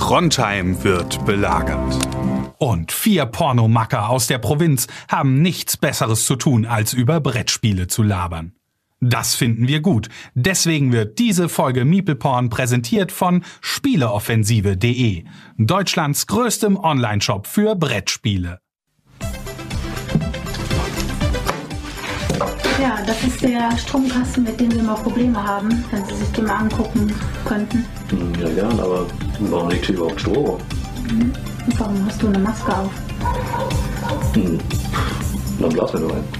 Trondheim wird belagert. Und 4 Pornomacker aus der Provinz haben nichts Besseres zu tun, als über Brettspiele zu labern. Das finden wir gut. Deswegen wird diese Folge MeeplePorn präsentiert von Spieleoffensive.de, Deutschlands größtem Onlineshop für Brettspiele. Ja, das ist der Stromkasten, mit dem wir mal Probleme haben, wenn Sie sich den mal angucken könnten. Ja, gern, aber warum liegt hier überhaupt Strom? Und warum hast du eine Maske auf? Dann blasen wir nur ein.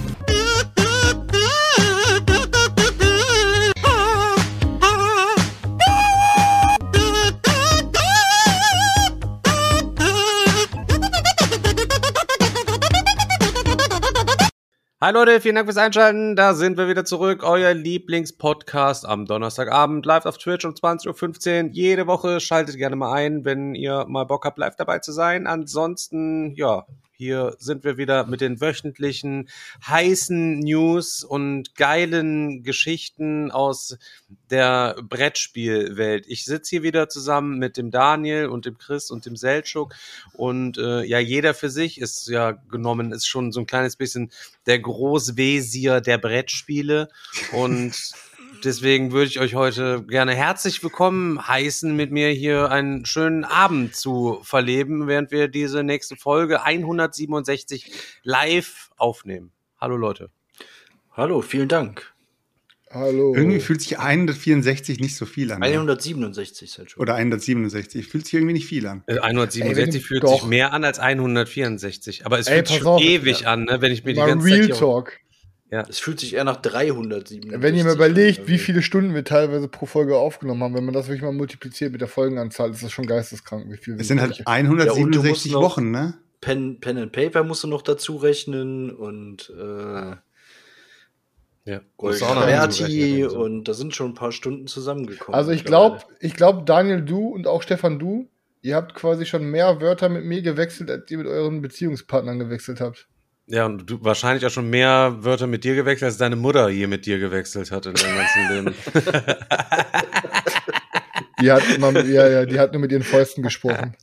Hi Leute, vielen Dank fürs Einschalten. Da sind wir wieder zurück. Euer Lieblingspodcast am Donnerstagabend, live auf Twitch um 20:15 Uhr. Jede Woche schaltet gerne mal ein, wenn ihr mal Bock habt, live dabei zu sein. Ansonsten, ja, hier sind wir wieder mit den wöchentlichen heißen News und geilen Geschichten aus der Brettspielwelt. Ich sitze hier wieder zusammen mit dem Daniel und dem Chris und dem Selçuk und ja, jeder für sich ist ja genommen, ist schon so ein kleines bisschen der Großwesir der Brettspiele und deswegen würde ich euch heute gerne herzlich willkommen heißen, mit mir hier einen schönen Abend zu verleben, während wir diese nächste Folge 167 live aufnehmen. Hallo Leute. Hallo, vielen Dank. Hallo. Irgendwie fühlt sich 164 nicht so viel an. 167 halt schon. Oder 167. Fühlt sich irgendwie nicht viel an. 167 fühlt sich mehr an als 164. Aber es fühlt sich schon auf, ewig an, ne, wenn ich mir die mal ganze Real Zeit... Talk. Ja. Es fühlt sich eher nach 367. Wenn ihr mir überlegt, wie viele Stunden wir teilweise pro Folge aufgenommen haben, wenn man das wirklich mal multipliziert mit der Folgenanzahl, ist das schon geisteskrank. Wie viel es sind halt 167 Wochen, ne? Pen and Paper musst du noch dazu rechnen und Ja. Goldberti und da sind schon ein paar Stunden zusammengekommen. Also ich glaube, Daniel, du und auch Stefan, du, ihr habt quasi schon mehr Wörter mit mir gewechselt, als ihr mit euren Beziehungspartnern gewechselt habt. Ja, und du wahrscheinlich auch schon mehr Wörter mit dir gewechselt, als deine Mutter hier mit dir gewechselt hat in deinem ganzen Leben. Die hat die hat nur mit ihren Fäusten gesprochen.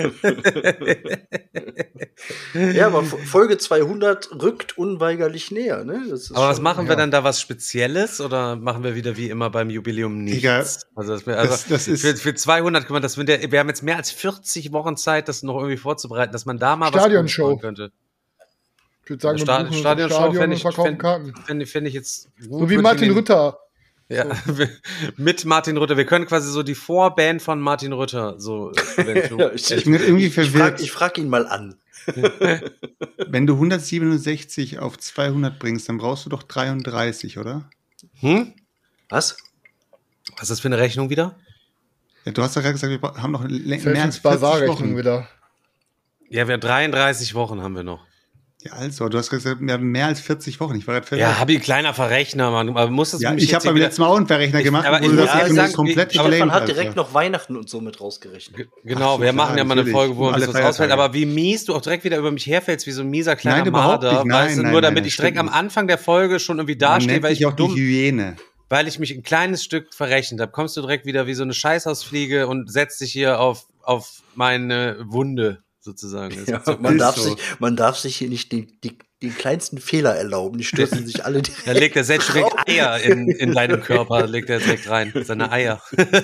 Ja, aber Folge 200 rückt unweigerlich näher, ne? Das ist aber was schon, machen wir dann da, was Spezielles, oder machen wir wieder wie immer beim Jubiläum nichts? Egal. Das ist für 200, guck mal, wir haben jetzt mehr als 40 Wochen Zeit, das noch irgendwie vorzubereiten, dass man da mal Stadionshow was machen könnte. Ich würde sagen, Stadionshow fände ich jetzt gut. So wie Martin Rütter. Ja, mit Martin Rütter. Wir können quasi so die Vorband von Martin Rütter so. Ja, ich bin irgendwie verwirrt. Ich frag ihn mal an. Wenn du 167 auf 200 bringst, dann brauchst du doch 33, oder? Was? Was ist das für eine Rechnung wieder? Ja, du hast ja gerade gesagt, wir haben noch mehr als 40 Wochen wieder. Ja, wir 33 Wochen haben wir noch. Ja, also, du hast gesagt, wir haben mehr als 40 Wochen. Ich war gerade verrechnet. Ja, habe ich kleiner Verrechner, Mann. Aber muss das ich habe beim letzten Mal auch einen Verrechner gemacht, aber ich muss sagen, komplett Stefan hat direkt noch Weihnachten und so mit rausgerechnet. Genau, wir machen ja mal eine Folge, wo alles ausfällt. Aber wie mies du auch direkt wieder über mich herfällst, wie so ein mieser kleiner Marder. Weißt du, nur damit ich direkt am Anfang der Folge schon irgendwie dastehe, weil ich auch die Hyäne. Weil ich mich ein kleines Stück verrechnet habe, kommst du direkt wieder wie so eine Scheißhausfliege und setzt dich hier auf meine Wunde. Sozusagen. Ja, man darf sich hier nicht den kleinsten Fehler erlauben. Die stürzen sich alle direkt. Da legt er selbst direkt Eier in deinem Körper, legt er direkt rein, seine Eier.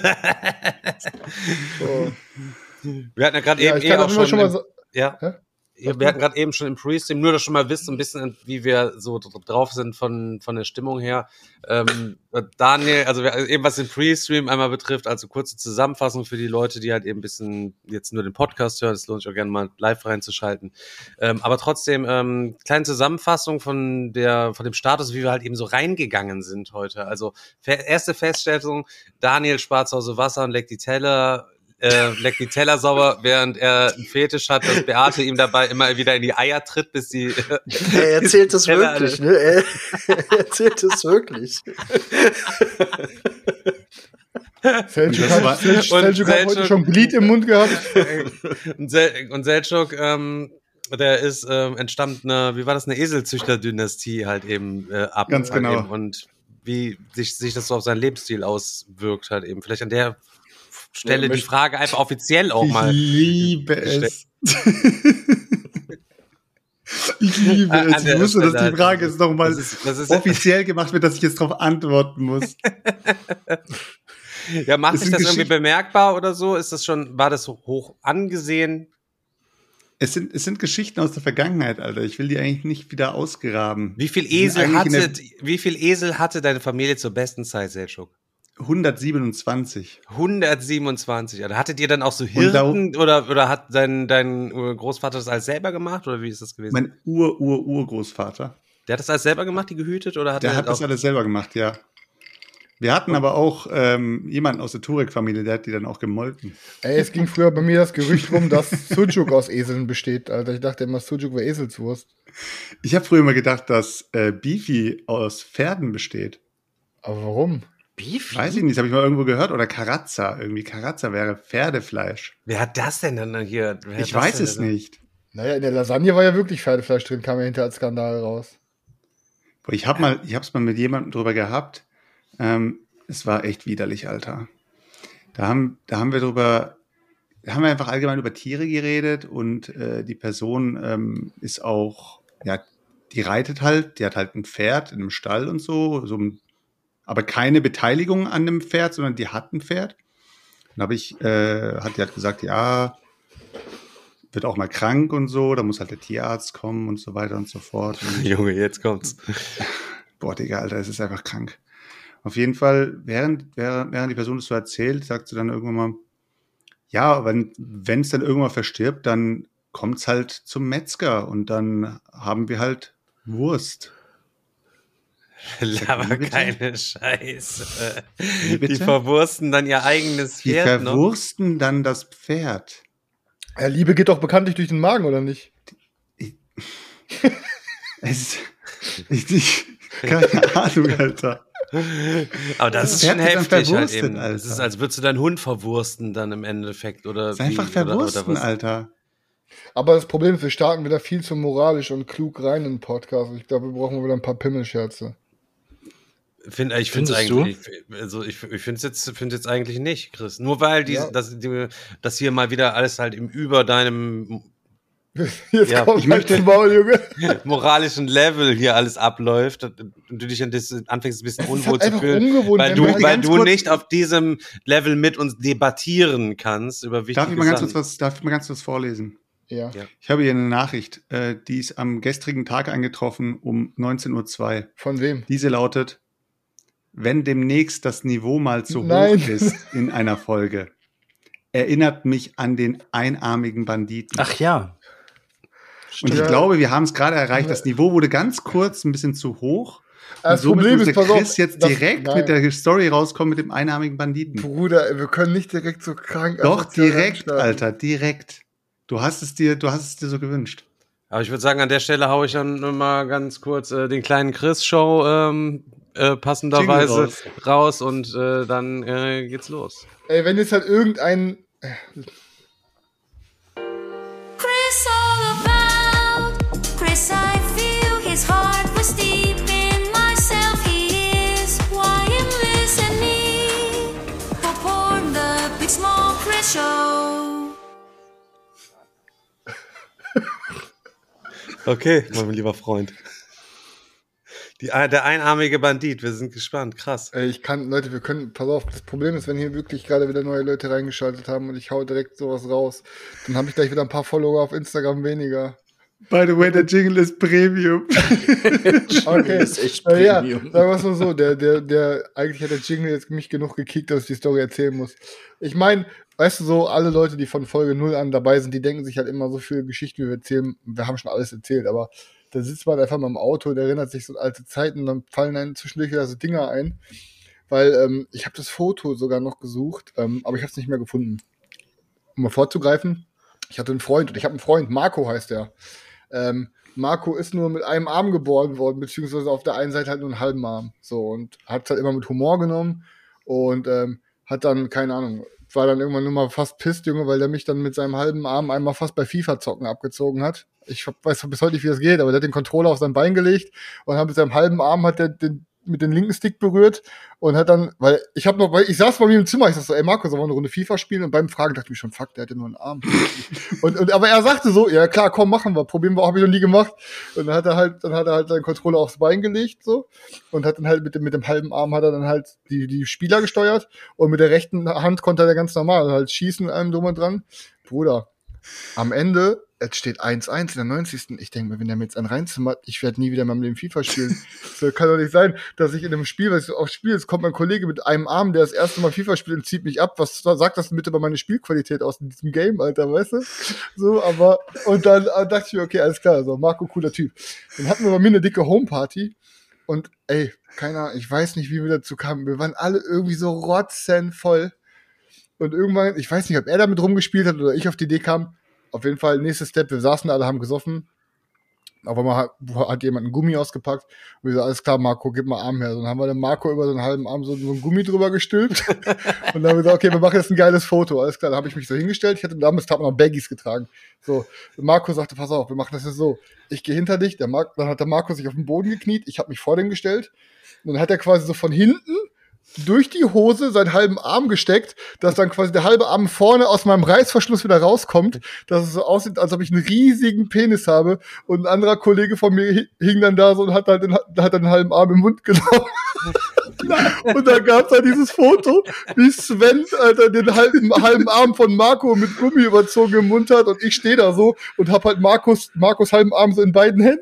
Wir hatten ja gerade eben auch schon wir hatten gerade eben schon im Pre-Stream, nur dass schon mal wisst, so ein bisschen, wie wir so drauf sind von der Stimmung her. Daniel, also eben was den Pre-Stream einmal betrifft, also kurze Zusammenfassung für die Leute, die halt eben ein bisschen jetzt nur den Podcast hören, es lohnt sich auch gerne mal live reinzuschalten. Aber trotzdem, kleine Zusammenfassung von dem Status, wie wir halt eben so reingegangen sind heute. Also erste Feststellung, Daniel spart zu Hause Wasser und leckt die Teller sauber, während er einen Fetisch hat, dass Beate ihm dabei immer wieder in die Eier tritt, bis sie... Er erzählt das wirklich, ne? Er erzählt das wirklich. Selçuk hat heute schon Glied im Mund gehabt. Und Selçuk, der ist entstammt eine Eselzüchter-Dynastie halt eben ab. Ganz genau. Halt eben, und wie sich das so auf seinen Lebensstil auswirkt halt eben. Vielleicht an der stelle die Frage einfach offiziell auch mal. Ich liebe es. Ich liebe es. Ich wusste, dass die Frage jetzt nochmal offiziell gemacht wird, dass ich jetzt darauf antworten muss. Ja, macht sich das irgendwie bemerkbar oder so? War das hoch angesehen? Es sind Geschichten aus der Vergangenheit, Alter. Ich will die eigentlich nicht wieder ausgraben. Wie viel Esel hatte deine Familie zur besten Zeit, Selçuk? 127. 127. Also hattet ihr dann auch so Hirten oder hat dein Großvater das alles selber gemacht oder wie ist das gewesen? Mein Urgroßvater. Der hat das alles selber gemacht, die gehütet? Oder der hat das alles selber gemacht, ja. Wir hatten aber auch jemanden aus der Turek-Familie, der hat die dann auch gemolken. Ey, es ging früher bei mir das Gerücht rum, dass Sucuk aus Eseln besteht, Alter. Ich dachte immer, Sucuk wäre Eselswurst. Ich habe früher immer gedacht, dass Beefy aus Pferden besteht. Aber warum? Beefy? Weiß ich nicht, das habe ich mal irgendwo gehört. Oder Karazza. Irgendwie Karazza wäre Pferdefleisch. Wer hat das denn dann hier? Ich weiß es nicht. Naja, in der Lasagne war ja wirklich Pferdefleisch drin, kam ja hinterher als Skandal raus. Ich hab's mal mit jemandem drüber gehabt. Es war echt widerlich, Alter. Da haben wir einfach allgemein über Tiere geredet und die Person ist auch, ja, die reitet halt, die hat halt ein Pferd in einem Stall und so aber keine Beteiligung an dem Pferd, sondern die hat ein Pferd. Dann hat die halt gesagt, ja, wird auch mal krank und so, da muss halt der Tierarzt kommen und so weiter und so fort. Und Junge, jetzt kommt's. Boah, Digga, Alter, es ist einfach krank. Auf jeden Fall, während die Person das so erzählt, sagt sie dann irgendwann mal, ja, wenn es dann irgendwann verstirbt, dann kommt's halt zum Metzger und dann haben wir halt Wurst. Aber keine Scheiße. Die verwursten dann ihr eigenes Pferd. Die verwursten dann das Pferd. Ja, Liebe geht doch bekanntlich durch den Magen, oder nicht? Keine Ahnung, Alter. Aber das ist schon heftig halt eben. Alter. Das ist, als würdest du deinen Hund verwursten dann im Endeffekt. Oder das ist einfach verwursten, oder Alter. Aber das Problem ist, wir starten wieder viel zu moralisch und klug rein in den Podcast. Ich glaube, wir brauchen wieder ein paar Pimmelscherze. Ich finde es jetzt eigentlich nicht, Chris. Nur weil das hier mal wieder alles halt über deinem kommt zum Maul, Junge. moralischen Level hier alles abläuft und du dich anfängst ein bisschen unwohl halt zu fühlen, weil du nicht auf diesem Level mit uns debattieren kannst über wichtige Sachen. Darf ich mal ganz kurz vorlesen? Ja. Ich habe hier eine Nachricht, die ist am gestrigen Tag eingetroffen um 19:02 Uhr. Von wem? Diese lautet: Wenn demnächst das Niveau mal zu hoch ist in einer Folge, erinnert mich an den einarmigen Banditen. Ach ja. Und ich glaube, wir haben es gerade erreicht. Das Niveau wurde ganz kurz ein bisschen zu hoch. Das Problem ist, pass auf, Chris jetzt direkt mit der Story rauskommen mit dem einarmigen Banditen. Bruder, wir können nicht direkt so krank. Doch, direkt, Alter, direkt. Du hast es dir so gewünscht. Aber ich würde sagen, an der Stelle haue ich dann mal ganz kurz den kleinen Chris-Show passenderweise raus und dann geht's los. Ey, wenn jetzt halt irgendein... Chris all about, Chris I feel his heart was deep in myself, he is why I'm listening, popcorn the Big Small Chris Show. Okay, mein lieber Freund. Der einarmige Bandit, wir sind gespannt, krass. Leute, wir können, pass auf, das Problem ist, wenn hier wirklich gerade wieder neue Leute reingeschaltet haben und ich hau direkt sowas raus, dann habe ich gleich wieder ein paar Follower auf Instagram weniger. By the way, der Jingle ist Premium. Okay, ist echt Premium. Ja, sagen wir es mal so, eigentlich hat der Jingle jetzt mich genug gekickt, dass ich die Story erzählen muss. Ich meine, weißt du so, alle Leute, die von Folge 0 an dabei sind, die denken sich halt immer so viele Geschichten, wie wir erzählen. Wir haben schon alles erzählt, aber da sitzt man einfach mal im Auto und erinnert sich so an alte Zeiten, dann fallen einem zwischendurch wieder so Dinger ein. Weil ich habe das Foto sogar noch gesucht, aber ich habe es nicht mehr gefunden. Um mal vorzugreifen, ich hatte einen Freund und ich habe einen Freund, Marco heißt der. Marco ist nur mit einem Arm geboren worden, beziehungsweise auf der einen Seite halt nur einen halben Arm. So, und hat es halt immer mit Humor genommen und hat dann, keine Ahnung, war dann irgendwann nur mal fast pisst, Junge, weil der mich dann mit seinem halben Arm einmal fast bei FIFA-Zocken abgezogen hat. Ich weiß bis heute nicht, wie das geht, aber der hat den Controller auf sein Bein gelegt und hat mit seinem halben Arm hat der mit dem linken Stick berührt und hat dann, weil ich saß bei mir im Zimmer, ich sag so, ey Marco, sollen wir eine Runde FIFA spielen? Und beim Fragen dachte ich mir schon, fuck, der hatte nur einen Arm. aber er sagte so, ja klar, komm, machen wir, probieren wir, habe ich noch nie gemacht. Und dann hat er halt seinen Controller aufs Bein gelegt, so, und hat dann halt mit dem halben Arm hat er dann halt die Spieler gesteuert und mit der rechten Hand konnte er ganz normal halt schießen, allem drum und dran. Bruder, am Ende, es steht 1-1 in der 90. Ich denke mir, wenn der mir jetzt einen reinzimmert, ich werde nie wieder in meinem Leben FIFA spielen. So kann doch nicht sein, dass ich in einem Spiel, was ich auch spiele, jetzt kommt mein Kollege mit einem Arm, der das erste Mal FIFA spielt und zieht mich ab. Was sagt das denn bitte über meine Spielqualität aus in diesem Game, Alter, weißt du? So, aber, und dann dachte ich mir, okay, alles klar, so, Marco, cooler Typ. Dann hatten wir bei mir eine dicke Homeparty und, ey, keiner, ich weiß nicht, wie wir dazu kamen. Wir waren alle irgendwie so rotzenvoll. Und irgendwann, ich weiß nicht, ob er damit rumgespielt hat oder ich auf die Idee kam. Auf jeden Fall, nächster Step, wir saßen alle, haben gesoffen. Auf einmal hat jemand einen Gummi ausgepackt. Und wir so, alles klar, Marco, gib mal Arm her. Und dann haben wir den Marco über so einen halben Arm so einen Gummi drüber gestülpt. Und dann haben wir gesagt, okay, wir machen jetzt ein geiles Foto. Alles klar, dann habe ich mich so hingestellt. Ich hatte damals noch Baggies getragen. So, Marco sagte, pass auf, wir machen das jetzt so. Ich gehe hinter dich. Dann hat der Marco sich auf den Boden gekniet. Ich habe mich vor dem gestellt. Und dann hat er quasi so von hinten durch die Hose seinen halben Arm gesteckt, dass dann quasi der halbe Arm vorne aus meinem Reißverschluss wieder rauskommt, dass es so aussieht, als ob ich einen riesigen Penis habe. Und ein anderer Kollege von mir hing dann da so und hat dann den halben Arm im Mund genommen. Und dann gab's halt dieses Foto, wie Sven, Alter, den halben Arm von Marco mit Gummi überzogen im Mund hat und ich stehe da so und hab halt Marcos halben Arm so in beiden Händen.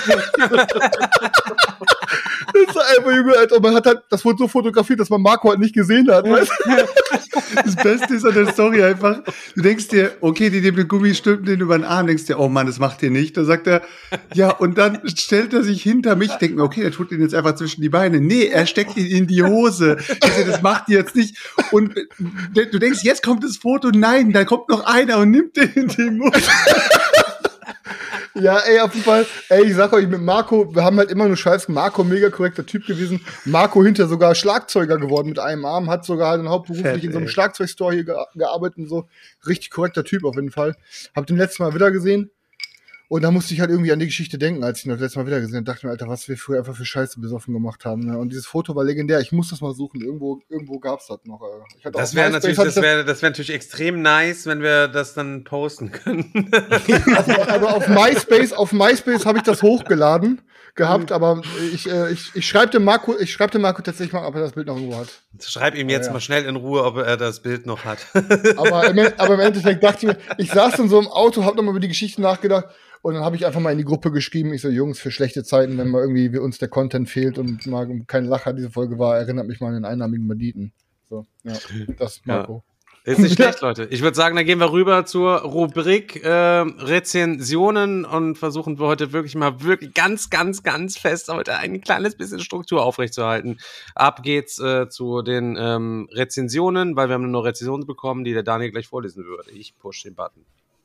Das ist einfach, Junge, Alter. Man hat halt, das wurde so fotografiert, dass man Marco halt nicht gesehen hat, weißt du? Das Beste ist an der Story einfach, du denkst dir, okay, die nehmen den Gummi, stülpen den über den Arm, denkst dir, oh Mann, das macht ihr nicht. Dann sagt er, ja, und dann stellt er sich hinter mich, denkt mir, okay, der tut den jetzt einfach zwischen die Beine. Nee, er steckt ihn in die Hose. Also, das macht ihr jetzt nicht. Und du denkst, jetzt kommt das Foto, nein, da kommt noch einer und nimmt den in den Mund. Ja, ey, auf jeden Fall, ey, ich sag euch, mit Marco, wir haben halt immer nur Scheiß, Marco, mega korrekter Typ gewesen, Marco hinterher sogar Schlagzeuger geworden mit einem Arm, hat sogar halt hauptberuflich in so einem Schlagzeugstore hier gearbeitet und so, richtig korrekter Typ auf jeden Fall. Hab den letzten Mal wieder gesehen und da musste ich halt irgendwie an die Geschichte denken, als ich ihn das letzte Mal wieder gesehen habe, dachte mir, Alter, was wir früher einfach für Scheiße besoffen gemacht haben, ne? Und dieses Foto war legendär, ich muss das mal suchen, irgendwo gab's das noch, Ich hatte das wäre natürlich extrem nice, wenn wir das dann posten können. Also auf MySpace habe ich das hochgeladen gehabt, aber ich schreibe dem Marco tatsächlich mal, ob er das Bild noch irgendwo hat. Schreib ihm jetzt mal schnell in Ruhe, ob er das Bild noch hat. aber im Endeffekt dachte ich mir, ich saß in so einem Auto, hab nochmal über die Geschichte nachgedacht und dann habe ich einfach mal in die Gruppe geschrieben, ich so, Jungs, für schlechte Zeiten, wenn mal irgendwie wie uns der Content fehlt und mal kein Lacher diese Folge war, erinnert mich mal an den einnahmigen Banditen. So, ja, das Marco. Ja. Ist nicht schlecht, Leute. Ich würde sagen, dann gehen wir rüber zur Rubrik Rezensionen und versuchen wir heute wirklich ganz, ganz, ganz fest heute ein kleines bisschen Struktur aufrechtzuerhalten. Ab geht's zu den Rezensionen, weil wir haben nur Rezensionen bekommen, die der Daniel gleich vorlesen würde. Ich push den Button.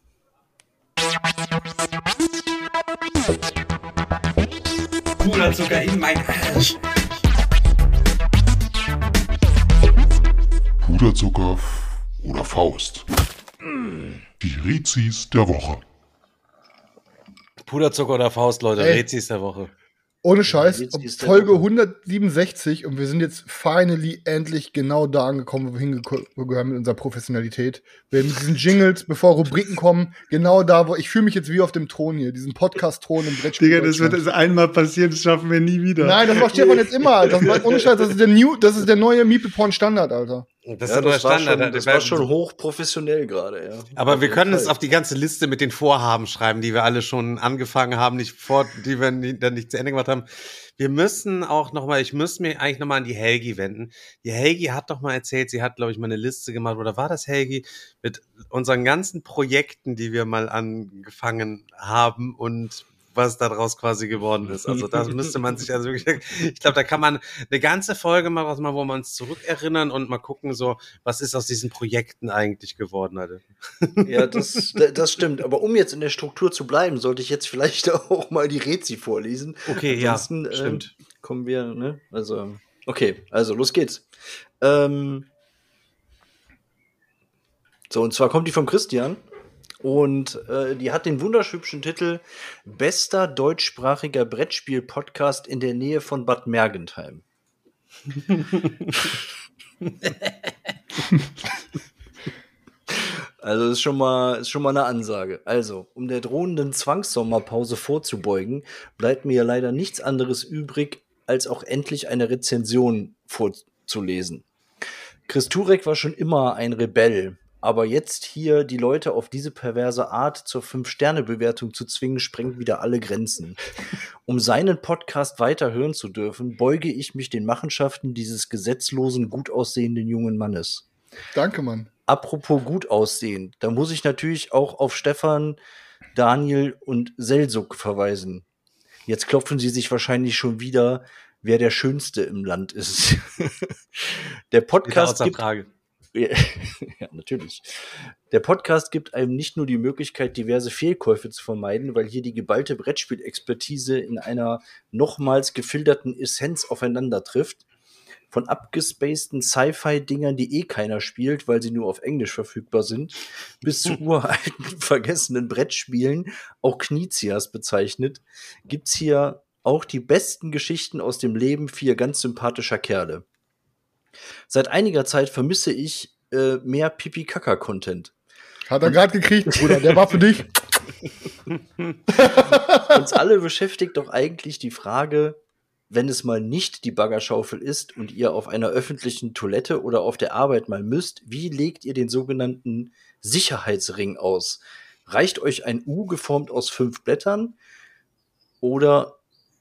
Puderzucker in mein Arsch. Puderzucker oder Faust. Die Rezis der Woche. Puderzucker oder Faust, Leute, Rezis der Woche. Ohne Scheiß, Folge 167 und wir sind jetzt finally endlich genau da angekommen, wo wir hingehören mit unserer Professionalität. Wir haben diesen Jingles, bevor Rubriken kommen, genau da, wo ich fühle mich jetzt wie auf dem Thron hier, diesen Podcast-Thron im Brettspiel. Digga, das wird einmal passieren, das schaffen wir nie wieder. Nein, das macht Stefan jetzt immer, Alter. Ohne Scheiß, das ist der neue Meeple-Porn-Standard, Alter. Das ist der neue Standard. Das war schon hochprofessionell gerade, ja. Aber wir können es auf die ganze Liste mit den Vorhaben schreiben, die wir alle schon angefangen haben, die wir dann nicht zu Ende gemacht haben. Wir müssen auch nochmal, ich müsste mich eigentlich nochmal an die Helgi wenden. Die Helgi hat doch mal erzählt, sie hat, glaube ich, mal eine Liste gemacht, oder war das Helgi? Mit unseren ganzen Projekten, die wir mal angefangen haben und was daraus quasi geworden ist. Also da müsste man sich also wirklich, ich glaube, da kann man eine ganze Folge mal was machen, wo man uns zurückerinnern und mal gucken, so, was ist aus diesen Projekten eigentlich geworden, Alter. Ja, das stimmt. Aber um jetzt in der Struktur zu bleiben, sollte ich jetzt vielleicht auch mal die Rezi vorlesen. Okay, ansonsten, ja, stimmt. Kommen wir, ne? Also, okay, also los geht's. So, und zwar kommt die vom Christian. Und die hat den wunderschönen Titel Bester deutschsprachiger Brettspiel-Podcast in der Nähe von Bad Mergentheim. Also ist schon mal eine Ansage. Also, um der drohenden Zwangssommerpause vorzubeugen, bleibt mir ja leider nichts anderes übrig, als auch endlich eine Rezension vorzulesen. Chris Turek war schon immer ein Rebell, aber jetzt hier die Leute auf diese perverse Art zur 5-Sterne-Bewertung zu zwingen, sprengt wieder alle Grenzen. Um seinen Podcast weiter hören zu dürfen, beuge ich mich den Machenschaften dieses gesetzlosen, gut aussehenden jungen Mannes. Danke, Mann. Apropos gut aussehen, da muss ich natürlich auch auf Stefan, Daniel und Selsuk verweisen. Jetzt klopfen sie sich wahrscheinlich schon wieder, wer der Schönste im Land ist. Der Podcast gibt... Frage. Ja, natürlich. Der Podcast gibt einem nicht nur die Möglichkeit, diverse Fehlkäufe zu vermeiden, weil hier die geballte Brettspielexpertise in einer nochmals gefilterten Essenz aufeinander trifft. Von abgespaceden Sci-Fi-Dingern, die eh keiner spielt, weil sie nur auf Englisch verfügbar sind, bis zu uralten, vergessenen Brettspielen, auch Knizias bezeichnet, gibt's hier auch die besten Geschichten aus dem Leben 4 ganz sympathischer Kerle. Seit einiger Zeit vermisse ich mehr Pipi-Kaka-Content. Hat er gerade gekriegt, Bruder, der war für dich. Uns alle beschäftigt doch eigentlich die Frage, wenn es mal nicht die Baggerschaufel ist und ihr auf einer öffentlichen Toilette oder auf der Arbeit mal müsst, wie legt ihr den sogenannten Sicherheitsring aus? Reicht euch ein U geformt aus 5 Blättern oder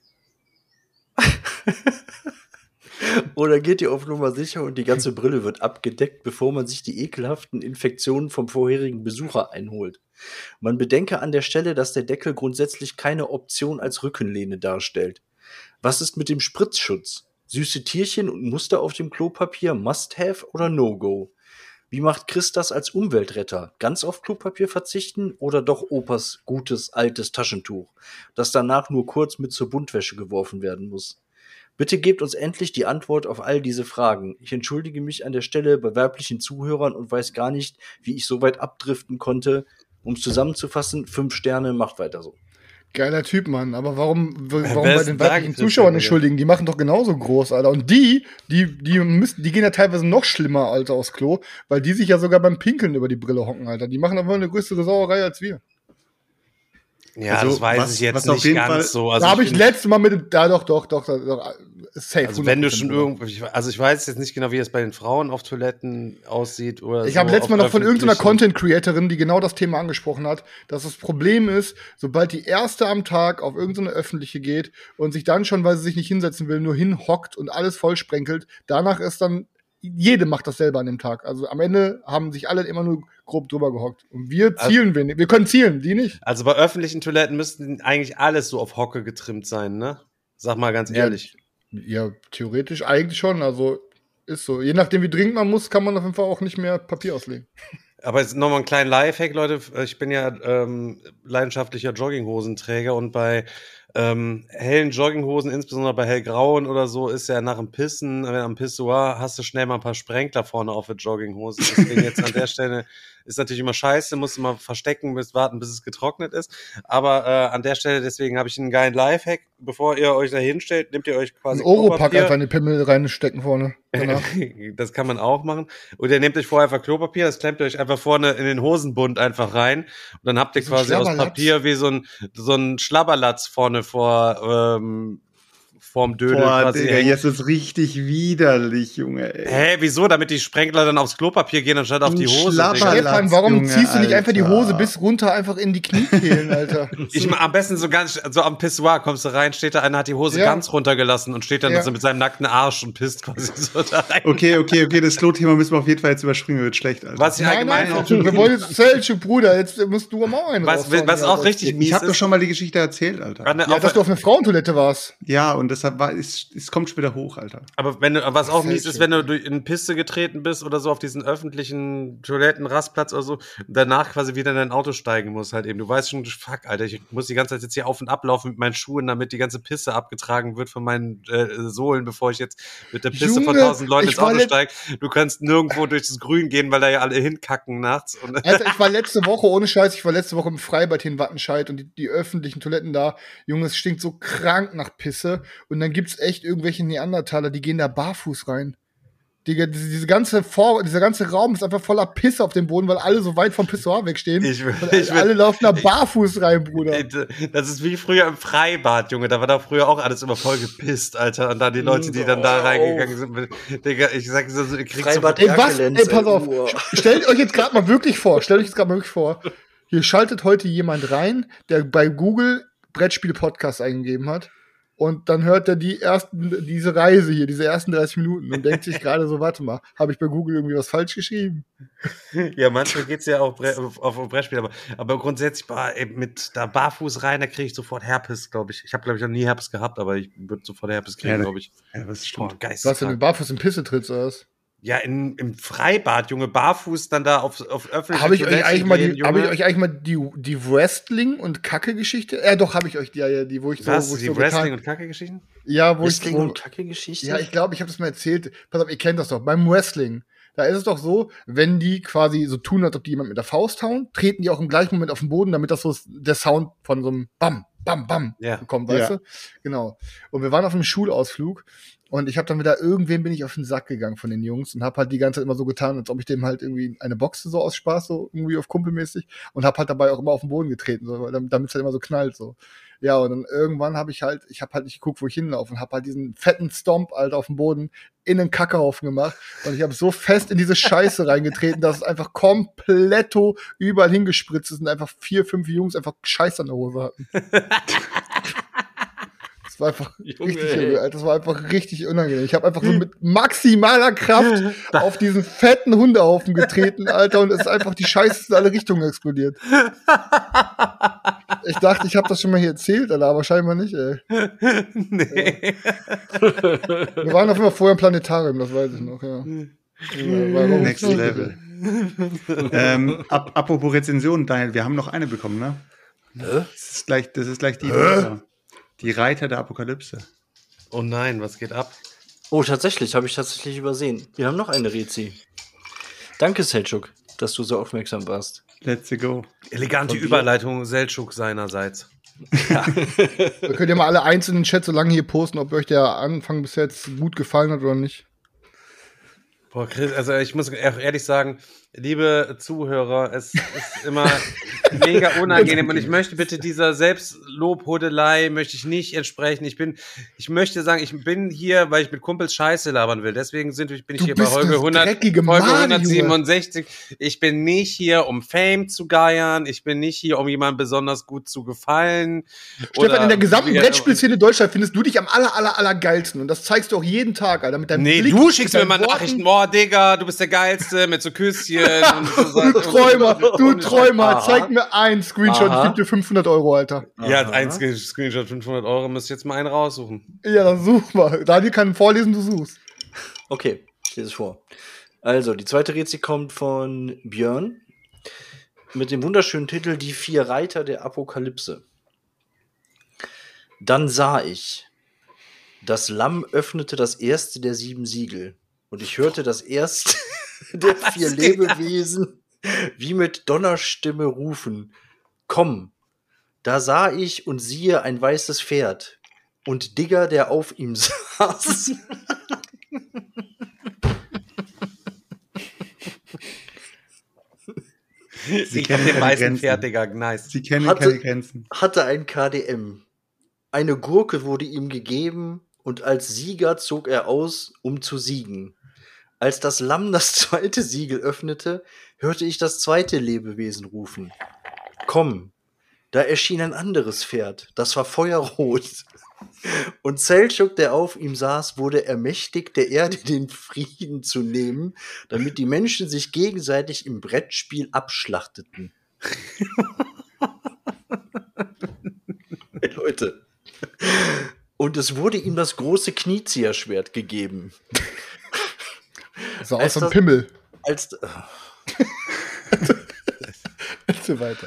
oder geht ihr auf Nummer sicher und die ganze Brille wird abgedeckt, bevor man sich die ekelhaften Infektionen vom vorherigen Besucher einholt? Man bedenke an der Stelle, dass der Deckel grundsätzlich keine Option als Rückenlehne darstellt. Was ist mit dem Spritzschutz? Süße Tierchen und Muster auf dem Klopapier Must-Have oder No-Go? Wie macht Chris das als Umweltretter? Ganz auf Klopapier verzichten oder doch Opas gutes, altes Taschentuch, das danach nur kurz mit zur Buntwäsche geworfen werden muss? Bitte gebt uns endlich die Antwort auf all diese Fragen. Ich entschuldige mich an der Stelle bei weiblichen Zuhörern und weiß gar nicht, wie ich so weit abdriften konnte. Um es zusammenzufassen, 5 Sterne, macht weiter so. Geiler Typ, Mann. Aber warum bei den weiblichen Zuschauern entschuldigen? Die machen doch genauso groß, Alter. Und die gehen ja teilweise noch schlimmer, Alter, aufs Klo, weil die sich ja sogar beim Pinkeln über die Brille hocken, Alter. Die machen aber eine größere Sauerei als wir. Ja, also, das weiß ich jetzt nicht ganz so. Also da habe ich letztes Mal doch, safe. Also wenn du schon irgendwie, also ich weiß jetzt nicht genau, wie es bei den Frauen auf Toiletten aussieht oder ich habe letztes Mal noch von irgendeiner Content-Creatorin, die genau das Thema angesprochen hat, dass das Problem ist, sobald die erste am Tag auf irgendeine öffentliche geht und sich dann schon, weil sie sich nicht hinsetzen will, nur hinhockt und alles vollsprenkelt, danach ist dann jede macht das selber an dem Tag. Also am Ende haben sich alle immer nur grob drüber gehockt. Und wir zielen wenig. Wir können zielen, die nicht. Also bei öffentlichen Toiletten müssten eigentlich alles so auf Hocke getrimmt sein, ne? Sag mal ganz ehrlich. Ja, theoretisch eigentlich schon. Also ist so. Je nachdem, wie dringend man muss, kann man auf jeden Fall auch nicht mehr Papier auslegen. Aber jetzt nochmal einen kleinen Lifehack, Leute. Ich bin ja leidenschaftlicher Jogginghosenträger und bei hellen Jogginghosen, insbesondere bei hellgrauen oder so, ist ja nach dem Pissen, am Pissoir hast du schnell mal ein paar Sprenkler vorne auf der Jogginghose. Deswegen jetzt an der Stelle ist natürlich immer scheiße, musst du mal verstecken, warten, bis es getrocknet ist. Aber an der Stelle, deswegen habe ich einen geilen Lifehack. Bevor ihr euch da hinstellt, nehmt ihr euch quasi ein Oropack einfach in die Pimmel reinstecken vorne. Das kann man auch machen. Oder ihr nehmt euch vorher einfach Klopapier, das klemmt ihr euch einfach vorne in den Hosenbund einfach rein. Und dann habt ihr quasi aus Papier wie so ein Schlabberlatz vorne vorm Dödel quasi. Digga, jetzt ist richtig widerlich, Junge. Ey. Hä, wieso? Damit die Sprenkler dann aufs Klopapier gehen anstatt auf die Hose. Stefan, warum Junge, ziehst du nicht einfach die Hose bis runter einfach in die Kniekehlen, Alter? Am besten so am Pissoir kommst du rein, steht da einer, hat die Hose ganz runtergelassen und steht dann so mit seinem nackten Arsch und pisst quasi so da rein. Okay, das Klo-Thema müssen wir auf jeden Fall jetzt überspringen, wird schlecht, Alter. Was ich allgemein auch wir wollen jetzt Selchuk, Bruder, jetzt musst du mal einen was auch richtig mies ist. Ich hab doch schon mal die Geschichte erzählt, Alter. Ja, dass du auf einer Frauentoilette warst. Ja, und deshalb es kommt schon wieder hoch, Alter. Aber was auch Fällt mies ist, schon. wenn du in Piste getreten bist oder so auf diesen öffentlichen Toilettenrastplatz oder so, und danach quasi wieder in dein Auto steigen musst halt eben. Du weißt schon, fuck, Alter, ich muss die ganze Zeit jetzt hier auf und ab laufen mit meinen Schuhen, damit die ganze Pisse abgetragen wird von meinen Sohlen, bevor ich jetzt mit der Pisse von Junge, 1000 Leuten ich ins war Auto let- steige. Du kannst nirgendwo durch das Grün gehen, weil da ja alle hinkacken nachts. Und Alter, ich war letzte Woche, ohne Scheiß, im Freibad hier in Wattenscheid und die öffentlichen Toiletten da, Junge, es stinkt so krank nach Pisse und dann gibt's echt irgendwelche Neandertaler, die gehen da barfuß rein. Digga, dieser ganze Raum ist einfach voller Pisse auf dem Boden, weil alle so weit vom Pissoir wegstehen. Alle laufen da barfuß rein, Bruder. Das ist wie früher im Freibad, Junge. Da war da früher auch alles immer voll gepisst, Alter. Und dann die Leute, die dann da reingegangen sind. Digga, ich sag so, ihr kriegt Freibad Ey, was? Erkelenz, Ey, pass auf. Uhr. Stellt euch jetzt gerade mal wirklich vor. Hier schaltet heute jemand rein, der bei Google Brettspiel-Podcast eingegeben hat. Und dann hört er diese Reise hier, diese ersten 30 Minuten und denkt sich gerade so, warte mal, habe ich bei Google irgendwie was falsch geschrieben? Ja, manchmal geht's ja auch auf Brettspiel, aber grundsätzlich mit da barfuß rein, da kriege ich sofort Herpes, glaube ich. Ich habe, glaube ich, noch nie Herpes gehabt, aber ich würde sofort Herpes kriegen, Ja, glaube ich. Ja, das ist Boah, stimmt. Was denn, geisteskrank. barfuß in Pisse trittst oder was? Ja, im Freibad, Junge, barfuß dann da auf öffentliche Habe ich euch Toiletten eigentlich mal gehen, Junge. die Wrestling- und Kacke-Geschichte? Doch, habe ich euch die, wo ich so, Was? wo ich Die so Wrestling- getan, und Kacke-Geschichten? ja, wo Wrestling ich, wo, und Kacke-Geschichte? ja, ich glaube, ich habe das mal erzählt. Pass auf, ihr kennt das doch. Beim Wrestling, da ist es doch so, wenn die quasi so tun, als ob die jemand mit der Faust hauen, treten die auch im gleichen Moment auf den Boden, damit das so der Sound von so einem Bam, Bam, Bam Ja. kommt, weißt Ja. du? Genau. Und wir waren auf einem Schulausflug und ich habe dann wieder, irgendwem bin ich auf den Sack gegangen von den Jungs und habe halt die ganze Zeit immer so getan, als ob ich dem halt irgendwie eine boxe, so aus Spaß, so irgendwie auf kumpelmäßig und habe halt dabei auch immer auf den Boden getreten, so, damit es halt immer so knallt, so. Ja, und dann irgendwann habe ich halt nicht geguckt, wo ich hinlaufe und habe halt diesen fetten Stomp, Alter, auf dem Boden in den Kackehaufen gemacht und ich habe so fest in diese Scheiße reingetreten, dass es einfach kompletto überall hingespritzt ist und einfach 4, 5 Jungs einfach Scheiße an der Hose hatten. Das war einfach Junge, richtig, ey. Alter, das war einfach richtig unangenehm. Ich habe einfach so mit maximaler Kraft auf diesen fetten Hundehaufen getreten, Alter, und es ist einfach die Scheiße in alle Richtungen explodiert. Ich dachte, ich habe das schon mal hier erzählt, Alter, aber scheinbar nicht, ey. Nee. Wir waren auf jeden Fall vorher im Planetarium, das weiß ich noch, ja. Ja, warum? Next Level. Apropos Rezension, Daniel, wir haben noch eine bekommen, ne? Das ist gleich die. Die Reiter der Apokalypse. Oh nein, was geht ab? Oh, tatsächlich, habe ich tatsächlich übersehen. Wir haben noch eine Rezi. Danke, Selçuk, dass du so aufmerksam warst. Let's go. Elegante Von dir. Überleitung, Selçuk seinerseits. Da könnt ihr mal alle einzeln in den Chat so lange hier posten, ob euch der Anfang bis jetzt gut gefallen hat oder nicht. Boah, Chris, also ich muss auch ehrlich sagen, liebe Zuhörer, es ist immer mega unangenehm und ich möchte bitte dieser Selbstlobhudelei möchte ich nicht entsprechen. Ich möchte sagen, ich bin hier, weil ich mit Kumpels Scheiße labern will. Deswegen bin ich Du hier bei bist Folge das 100, dreckige Folge Made, 167. Ich bin nicht hier, um Fame zu geiern. Ich bin nicht hier, um jemandem besonders gut zu gefallen. Stefan, in der gesamten Ja, Brettspielszene Deutschland findest du dich am aller geilsten und das zeigst du auch jeden Tag, Alter, mit deinem Nee, Blick, du schickst mit mir mal deinen Nachrichten, Worten. boah, Digga, du bist der Geilste, mit so Küsschen. Und so Du Träumer, Aha. zeig mir einen Screenshot, Aha. ich geb dir 500 €, Alter. Ja, ein Screenshot, 500 €, müsst ihr jetzt mal einen raussuchen. Ja, dann such mal. Daniel kann vorlesen, du suchst. Okay, ich lese es vor. Also, die zweite Rezi kommt von Björn mit dem wunderschönen Titel Die 4 Reiter der Apokalypse. Dann sah ich, das Lamm öffnete das erste der 7 Siegel und ich hörte das erste der 4 Lebewesen wie mit Donnerstimme rufen: Komm! Da sah ich und siehe ein weißes Pferd und Digger, der auf ihm saß. Ich kennen hab den keine weißen Grenzen. Pferd, Digga, nice. Sie kennen Hatte- keine Grenzen. Hatte ein KDM. Eine Gurke wurde ihm gegeben und als Sieger zog er aus, um zu siegen. Als das Lamm das zweite Siegel öffnete, hörte ich das zweite Lebewesen rufen: Komm! Da erschien ein anderes Pferd, das war feuerrot. Und Selçuk, der auf ihm saß, wurde ermächtigt, der Erde den Frieden zu nehmen, damit die Menschen sich gegenseitig im Brettspiel abschlachteten. Hey, Leute. Und es wurde ihm das große Kniezieherschwert gegeben. So Als aus dem das- Pimmel. Als, Erzähl weiter.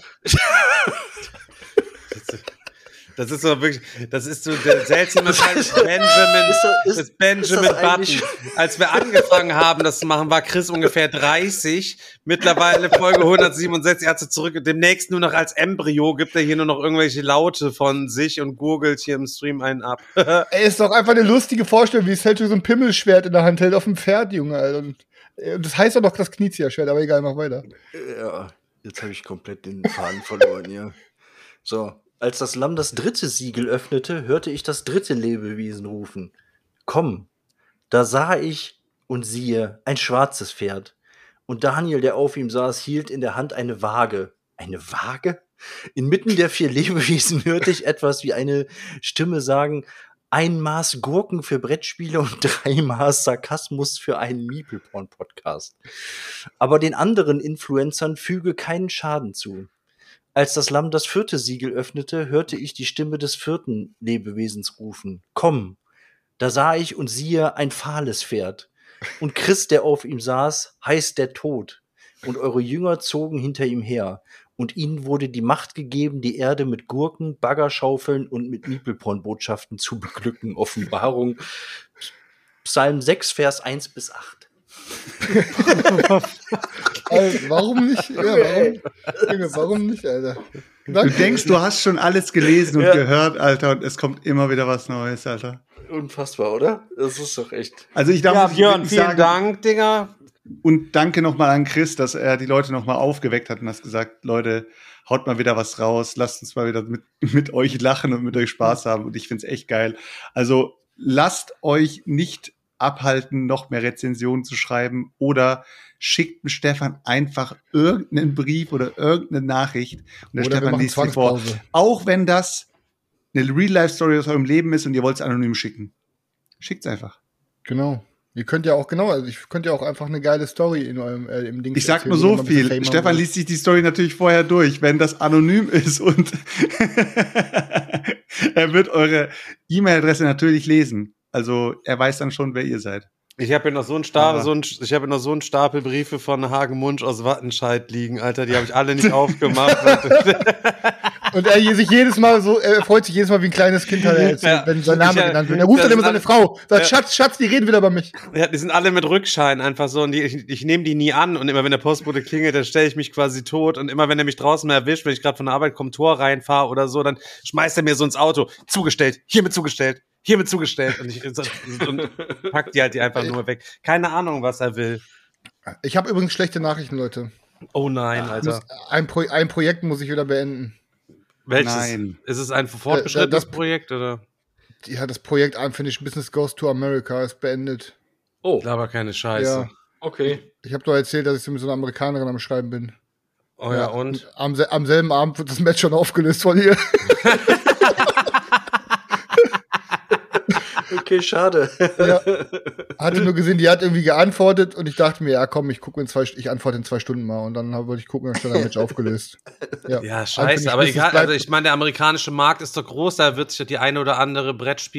Das ist so wirklich, das ist so der seltsame Fall des Benjamin, Ist des Benjamin das Button. eigentlich- Als wir angefangen haben, das zu machen, war Chris ungefähr 30. Mittlerweile Folge 167, er hat sie zurück. Demnächst nur noch als Embryo gibt er hier nur noch irgendwelche Laute von sich und gurgelt hier im Stream einen ab. Ey, ist doch einfach eine lustige Vorstellung, wie Selchuk so ein Pimmelschwert in der Hand hält auf dem Pferd, Junge, Alter. Und das heißt doch noch das Kniezieherschwert, aber egal, mach weiter. Ja, jetzt habe ich komplett den Faden verloren hier. So, als das Lamm das 3. Siegel öffnete, hörte ich das 3. Lebewesen rufen. Komm, da sah ich und siehe, ein schwarzes Pferd. Und Daniel, der auf ihm saß, hielt in der Hand eine Waage. Eine Waage? Inmitten der 4 Lebewesen hörte ich etwas wie eine Stimme sagen, 1 Maß Gurken für Brettspiele und 3 Maß Sarkasmus für einen Meeple-Porn-Podcast. Aber den anderen Influencern füge keinen Schaden zu. Als das Lamm das 4. Siegel öffnete, hörte ich die Stimme des 4. Lebewesens rufen. Komm! Da sah ich und siehe ein fahles Pferd. Und Chris, der auf ihm saß, heißt der Tod. Und eure Jünger zogen hinter ihm her. Und ihnen wurde die Macht gegeben, die Erde mit Gurken, Baggerschaufeln und mit Meeple-Porn-Botschaften zu beglücken. Offenbarung. Psalm 6, Vers 1 bis 8. Also, warum nicht? Ja, warum nicht, Alter? Du denkst, du hast schon alles gelesen und gehört, Alter, und es kommt immer wieder was Neues, Alter. Unfassbar, oder? Das ist doch echt. Also ich darf Ja, muss Björn, wirklich vielen sagen, Dank, Digga. und danke nochmal an Chris, dass er die Leute nochmal aufgeweckt hat und hat gesagt, Leute, haut mal wieder was raus, lasst uns mal wieder mit euch lachen und mit euch Spaß haben. Und ich find's echt geil. Also lasst euch nicht abhalten, noch mehr Rezensionen zu schreiben oder schickt dem Stefan einfach irgendeinen Brief oder irgendeine Nachricht und der Oder wir Stefan machen liest sie vor. Zwangspause. Auch wenn das eine Real-Life-Story aus eurem Leben ist und ihr wollt es anonym schicken. Schickt's einfach. Genau. Ihr könnt ja auch, ich könnt ja auch einfach eine geile Story in eurem im Ding. Ich sag nur so viel. Stefan liest sich die Story natürlich vorher durch, wenn das anonym ist und er wird eure E-Mail-Adresse natürlich lesen. Also er weiß dann schon, wer ihr seid. Ich habe hier noch so einen Stapel Briefe von Hagen Munsch aus Wattenscheid liegen, Alter. Die habe ich alle nicht aufgemacht. Und er sich jedes Mal so, er freut sich jedes Mal wie ein kleines Kind, wenn sein Name genannt wird. Er ruft dann immer seine Frau, sagt, Schatz, die reden wieder über mich. Ja, die sind alle mit Rückschein einfach so und ich nehme die nie an und immer wenn der Postbote klingelt, dann stelle ich mich quasi tot und immer wenn er mich draußen mal erwischt, wenn ich gerade von der Arbeit kommt, Tor reinfahre oder so, dann schmeißt er mir so ins Auto, zugestellt, hiermit zugestellt und ich und pack die halt die einfach nur weg. Keine Ahnung, was er will. Ich habe übrigens schlechte Nachrichten, Leute. Oh nein, Alter. Ein Projekt muss ich wieder beenden. Welches? Nein. Ist es ein fortgeschrittenes Projekt oder? Ja, das Projekt Unfinished Business Goes to America ist beendet. Oh, Aber keine Scheiße. Ja. okay. Ich habe doch erzählt, dass ich so mit so einer Amerikanerin am Schreiben bin. Oh ja, und? Am selben Abend wird das Match schon aufgelöst von ihr. Okay, schade. Ja. Hatte nur gesehen, die hat irgendwie geantwortet und ich dachte mir, ja komm, ich antworte in 2 Stunden mal und dann wollte ich gucken, dann stand das Match aufgelöst. Ja, scheiße, aber egal, also ich meine, der amerikanische Markt ist doch groß, da wird sich die eine oder andere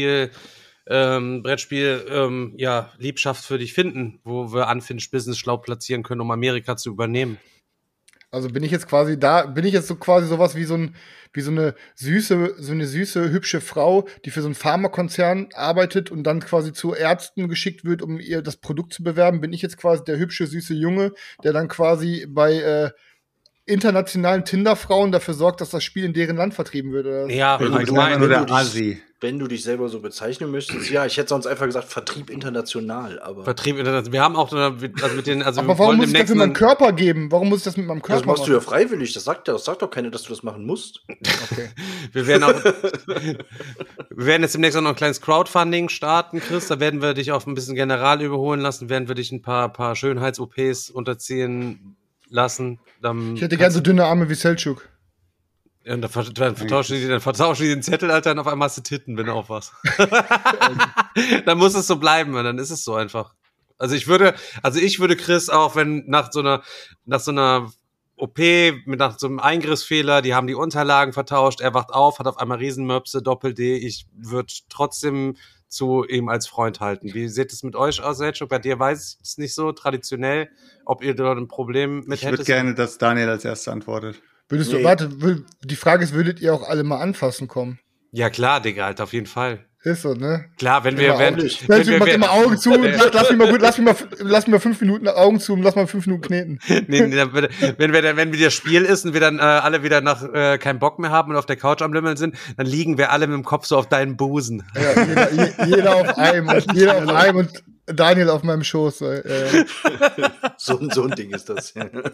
Liebschaft für dich finden, wo wir Unfinished Business schlau platzieren können, um Amerika zu übernehmen. Also bin ich jetzt so quasi sowas wie so eine süße, hübsche Frau, die für so einen Pharmakonzern arbeitet und dann quasi zu Ärzten geschickt wird, um ihr das Produkt zu bewerben. Bin ich jetzt quasi der hübsche, süße Junge, der dann quasi bei internationalen Tinder-Frauen dafür sorgt, dass das Spiel in deren Land vertrieben wird? Oder? Ja, Du bist allgemein. einfach nur der Asi. Wenn du dich selber so bezeichnen möchtest, ja, ich hätte sonst einfach gesagt Vertrieb international, aber Vertrieb, wir haben auch, also mit den, also Aber wir warum wollen muss ich das demnächst mit meinem Körper geben? Warum muss ich das mit meinem Körper das machst du ja machen? freiwillig, das sagt doch keiner, dass du das machen musst. Okay. wir werden jetzt demnächst auch noch ein kleines Crowdfunding starten, Chris, da werden wir dich auf ein bisschen General überholen lassen, werden wir dich ein paar Schönheits-OPs unterziehen lassen. Ich hätte gern so dünne Arme wie Selchuk. Ja, und dann vertauschen die den Zettel, Alter, und auf einmal hast du Titten, wenn du aufwachst. Dann muss es so bleiben, dann ist es so einfach. Also ich würde Chris auch, wenn nach so einer OP nach so einem Eingriffsfehler, die haben die Unterlagen vertauscht, er wacht auf, hat auf einmal Riesenmöpse, Doppel-D. Ich würde trotzdem zu ihm als Freund halten. Wie sieht es mit euch aus, Selçuk? Bei dir weiß ich es nicht so traditionell, ob ihr da ein Problem mit Ich würde hättest. gerne, dass Daniel als Erster antwortet. Würdest du, Nee. warte, die Frage ist, würdet ihr auch alle mal anfassen kommen? Ja klar, Digga, Alter, auf jeden Fall. Ist so, ne? Klar, wenn wir, Immer wenn, nicht. wenn Selçuk macht wir, immer Augen zu, lass mich mal 5 Minuten Augen zu und lass mal 5 Minuten kneten. nee, wenn wir das Spiel ist und wir dann alle wieder nach keinen Bock mehr haben und auf der Couch am Lümmeln sind, dann liegen wir alle mit dem Kopf so auf deinen Busen. Ja, jeder auf einem und Daniel auf meinem Schoß. So ein Ding ist das.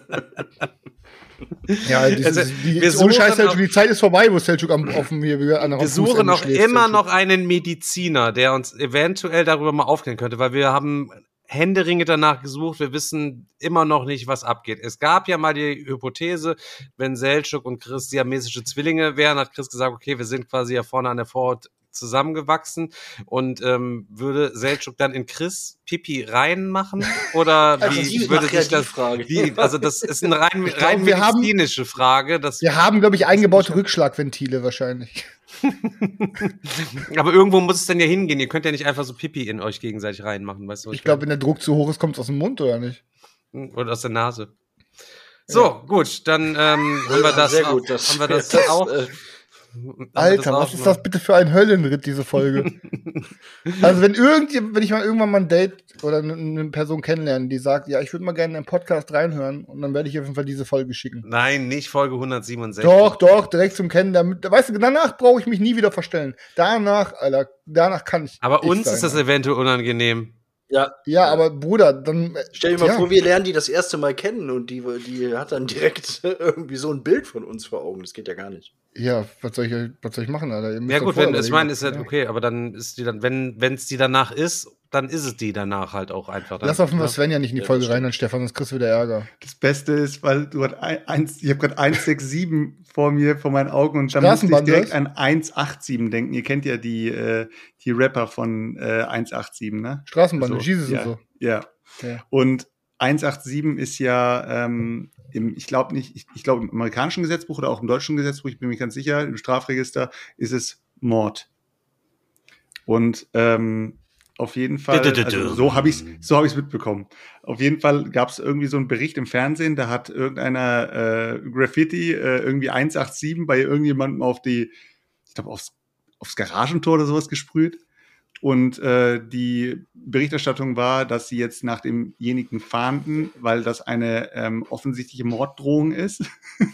Ja, Also, wir ohne Scheiß, suchen Selçuk, die Zeit ist vorbei, wo Selçuk auf dem Wir suchen auch immer noch einen Mediziner, der uns eventuell darüber mal aufklären könnte, weil wir haben händeringend danach gesucht. Wir wissen immer noch nicht, was abgeht. Es gab ja mal die Hypothese, wenn Selçuk und Chris siamesische Zwillinge wären, hat Chris gesagt, okay, wir sind quasi ja vorne an der Vorhaut zusammengewachsen und würde Selçuk dann in Chris Pipi reinmachen oder wie würde sich das Frage. also das ist eine rein wir haben- medizinische Frage, das Wir haben, glaube ich, eingebaute Rückschlagventile wahrscheinlich. aber irgendwo muss es dann ja hingehen. Ihr könnt ja nicht einfach so Pipi in euch gegenseitig reinmachen, weißt du? was Ich glaube, wenn der Druck zu hoch ist, kommt es aus dem Mund, oder nicht? meine? Oder aus der Nase. So, gut, dann haben wir das Sehr auch. gut, Haben wir das das, auch? Alter, was ist das bitte für ein Höllenritt, diese Folge? Also, wenn ich mal irgendwann mal ein Date oder eine Person kennenlerne, die sagt, ja, ich würde mal gerne in den Podcast reinhören und dann werde ich auf jeden Fall diese Folge schicken. Nein, nicht Folge 167. Doch, direkt zum Kennenlernen. Weißt du, danach brauche ich mich nie wieder verstellen. Danach, Alter, danach kann ich. Aber ich uns sein, ist das Alter. eventuell unangenehm. Ja, aber Bruder, dann. Stell dir mal ja. vor, wir lernen die das erste Mal kennen und die hat dann direkt irgendwie so ein Bild von uns vor Augen. Das geht ja gar nicht. Ja, was soll ich machen, Alter? Ihr müsst Ja doch gut, vorher ich überlegen. meine, ist ja okay, aber dann ist die dann, wenn es die danach ist, dann ist es die danach halt auch einfach. Dann, Lass auf jeden Fall Sven ja nicht in die Ja, Folge das rein, stimmt. dann Stefan, sonst kriegst du wieder Ärger. Das Beste ist, weil du hast ich habe gerade 167 vor mir, vor meinen Augen und dann musste ich Straßenbahn, direkt was? an 187 denken. Ihr kennt ja die Rapper von 187, ne? Straßenbahn, Also, Jesus ja, und so. Ja. Ja. Und 187 ist ja ich glaube im amerikanischen Gesetzbuch oder auch im deutschen Gesetzbuch, ich bin mir ganz sicher, im Strafregister ist es Mord. Und auf jeden Fall, also so habe ich es mitbekommen. Auf jeden Fall gab es irgendwie so einen Bericht im Fernsehen, da hat irgendeiner Graffiti irgendwie 187 bei irgendjemandem ich glaube aufs Garagentor oder sowas gesprüht. Und die Berichterstattung war, dass sie jetzt nach demjenigen fahnden, weil das eine offensichtliche Morddrohung ist.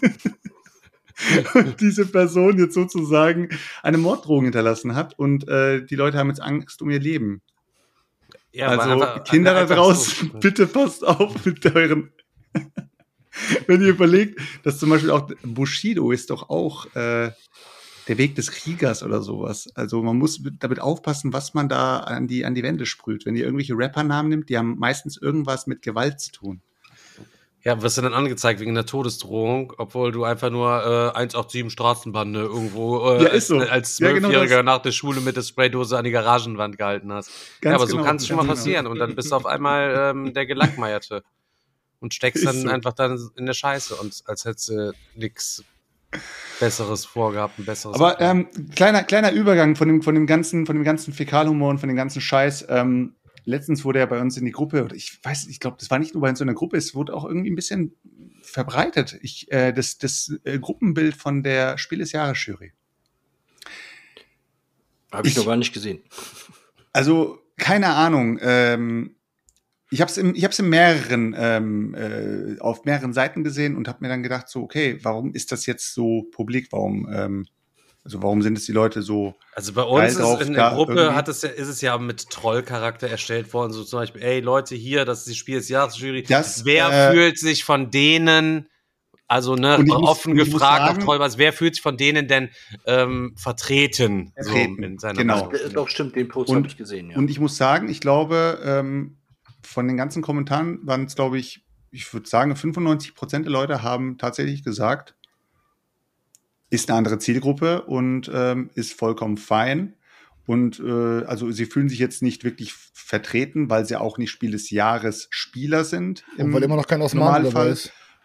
Und diese Person jetzt sozusagen eine Morddrohung hinterlassen hat. Und die Leute haben jetzt Angst um ihr Leben. Ja, aber Also einfach- Kinder da einfach draußen, so. bitte passt auf mit euren... Wenn ihr überlegt, dass zum Beispiel auch Bushido ist doch auch... der Weg des Kriegers oder sowas. Also man muss damit aufpassen, was man da an die Wände sprüht. Wenn ihr irgendwelche Rappernamen nimmt, die haben meistens irgendwas mit Gewalt zu tun. Ja, wirst du dann angezeigt wegen der Todesdrohung, obwohl du einfach nur 187 Straßenbande irgendwo Ja, ist so. als Ja, genau Zwölfjähriger das. nach der Schule mit der Spraydose an die Garagenwand gehalten hast. Ganz Ja, aber so genau, kann es schon mal ganz passieren. Und dann bist du auf einmal der Gelackmeierte. Und steckst Ist dann so. einfach dann in der Scheiße. Und als hättest du nix Besseres vorgehabt, ein besseres. Aber kleiner Übergang von dem ganzen Fäkalhumor und von dem ganzen Scheiß. Letztens wurde er bei uns in die Gruppe, oder ich glaube, das war nicht nur bei uns in der Gruppe, es wurde auch irgendwie ein bisschen verbreitet. Das Gruppenbild von der Spiel des Jahres Jury. Habe ich noch gar nicht gesehen. Also, keine Ahnung. Ich habe es in mehreren auf mehreren Seiten gesehen und habe mir dann gedacht, so, okay, warum ist das jetzt so publik? Warum sind es die Leute so? Also bei geil uns drauf, ist in der da Gruppe irgendwie- ist es ja mit Trollcharakter erstellt worden, so zum Beispiel, ey Leute, hier, das ist die Spiel des Jahres Jury. Das, Wer fühlt sich von denen, also ne, Und ich muss- offen und ich muss gefragt auf sagen- Trollbass, wer fühlt sich von denen denn vertreten? So Vertreten, in seiner genau. Meinung. Doch, stimmt, den Post Und- habe ich gesehen, ja. Und ich muss sagen, ich glaube, von den ganzen Kommentaren waren es, glaube ich würde sagen, 95% der Leute haben tatsächlich gesagt, ist eine andere Zielgruppe und ist vollkommen fein. Und also sie fühlen sich jetzt nicht wirklich vertreten, weil sie auch nicht Spiel des Jahres Spieler sind. Und weil immer noch kein Osman dabei Normalfall. ist.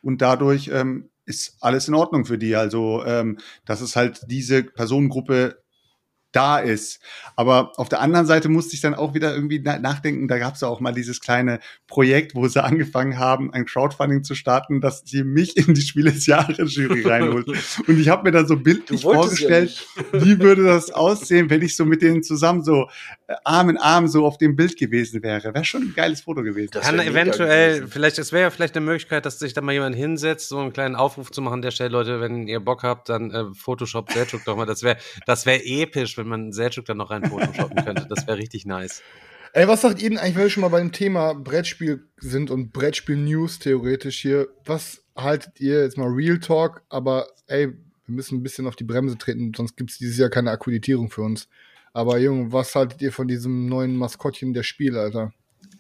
und dadurch ist alles in Ordnung für die. Also, dass es halt diese Personengruppe da ist. Aber auf der anderen Seite musste ich dann auch wieder irgendwie nachdenken, da gab es ja auch mal dieses kleine Projekt, wo sie angefangen haben, ein Crowdfunding zu starten, dass sie mich in die Spiele des Jahres-Jury reinholt. Und ich habe mir dann so bildlich vorgestellt, wie würde das aussehen, wenn ich so mit denen zusammen so Arm in Arm so auf dem Bild gewesen wäre. Wäre schon ein geiles Foto gewesen. Kann eventuell, es wäre ja vielleicht eine Möglichkeit, dass sich da mal jemand hinsetzt, so einen kleinen Aufruf zu machen, der stellt, Leute, wenn ihr Bock habt, dann Photoshop Selçuk doch mal. Das wäre episch, wenn man Selçuk dann noch rein photoshoppen könnte. Das wäre richtig nice. Ey, was sagt ihr denn eigentlich, wenn wir schon mal beim Thema Brettspiel sind und Brettspiel-News theoretisch hier? Was haltet ihr, jetzt mal Real Talk, aber ey, wir müssen ein bisschen auf die Bremse treten, sonst gibt es dieses Jahr keine Akkreditierung für uns. Aber Junge, was haltet ihr von diesem neuen Maskottchen der Spiel, Alter?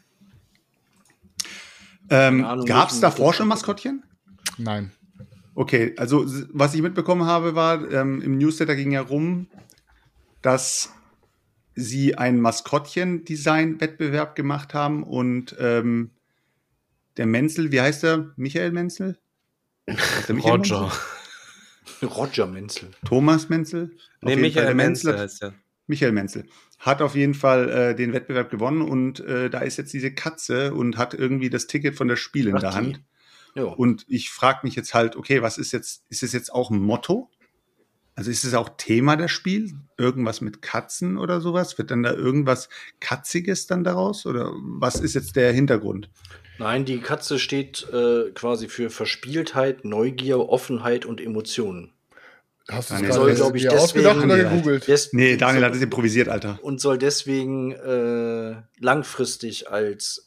Gab es davor schon Maskottchen? Nein. Okay, also was ich mitbekommen habe, war, im Newsletter ging ja rum, dass sie einen Maskottchen-Design-Wettbewerb gemacht haben und der Menzel, wie heißt der? Michael Menzel? Roger. Roger Menzel. Thomas Menzel? Nee, Michael Menzel heißt er. Michael Menzel hat auf jeden Fall den Wettbewerb gewonnen und da ist jetzt diese Katze und hat irgendwie das Ticket von der Spiel in der Hand. Ja. Und ich frage mich jetzt halt, okay, was ist es jetzt auch ein Motto? Also ist es auch Thema des Spiels? Irgendwas mit Katzen oder sowas? Wird dann da irgendwas Katziges dann daraus? Oder was ist jetzt der Hintergrund? Nein, die Katze steht quasi für Verspieltheit, Neugier, Offenheit und Emotionen. Hast du Daniel, es soll, gerade glaub ich, ausgedacht deswegen- oder gegoogelt? Nee, Daniel hat es improvisiert, Alter. Und soll deswegen langfristig als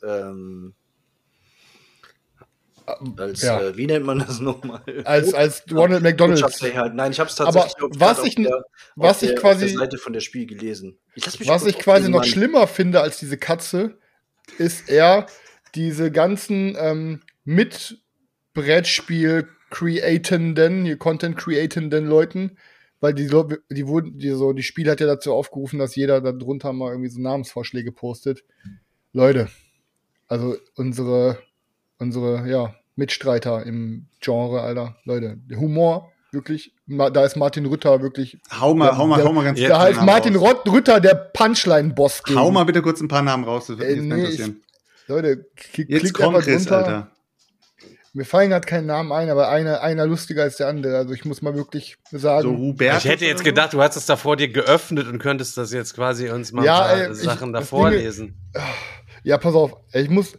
Ja. wie nennt man das nochmal? Als Ronald McDonald's. Botschafter herhalten. Nein, ich habe es tatsächlich Aber auf was der- ich auf der quasi Seite von der Spiel gelesen. Was ich quasi noch schlimmer finde als diese Katze, ist eher diese ganzen mit Brettspiel createnden, Content createnden Leuten, weil die Spiel hat ja dazu aufgerufen, dass jeder da drunter mal irgendwie so Namensvorschläge postet. Leute, also unsere Mitstreiter im Genre, Alter, Leute, der Humor, wirklich, da ist Martin Rütter wirklich. Hau mal ganz Da heißt Martin Rütter der Punchline-Boss. Hau mal bitte kurz ein paar Namen raus, das würde mich nee, interessieren. Leute, Jetzt klickt kommt einfach Chris, drunter. Alter. Mir fallen gerade keinen Namen ein, aber einer lustiger als der andere. Also ich muss mal wirklich sagen. So Hubert. Ich hätte jetzt gedacht, du hast es da vor dir geöffnet und könntest das jetzt quasi uns mal Ja, ein paar ey, Sachen da das vorlesen. Ja, pass auf. Erzählt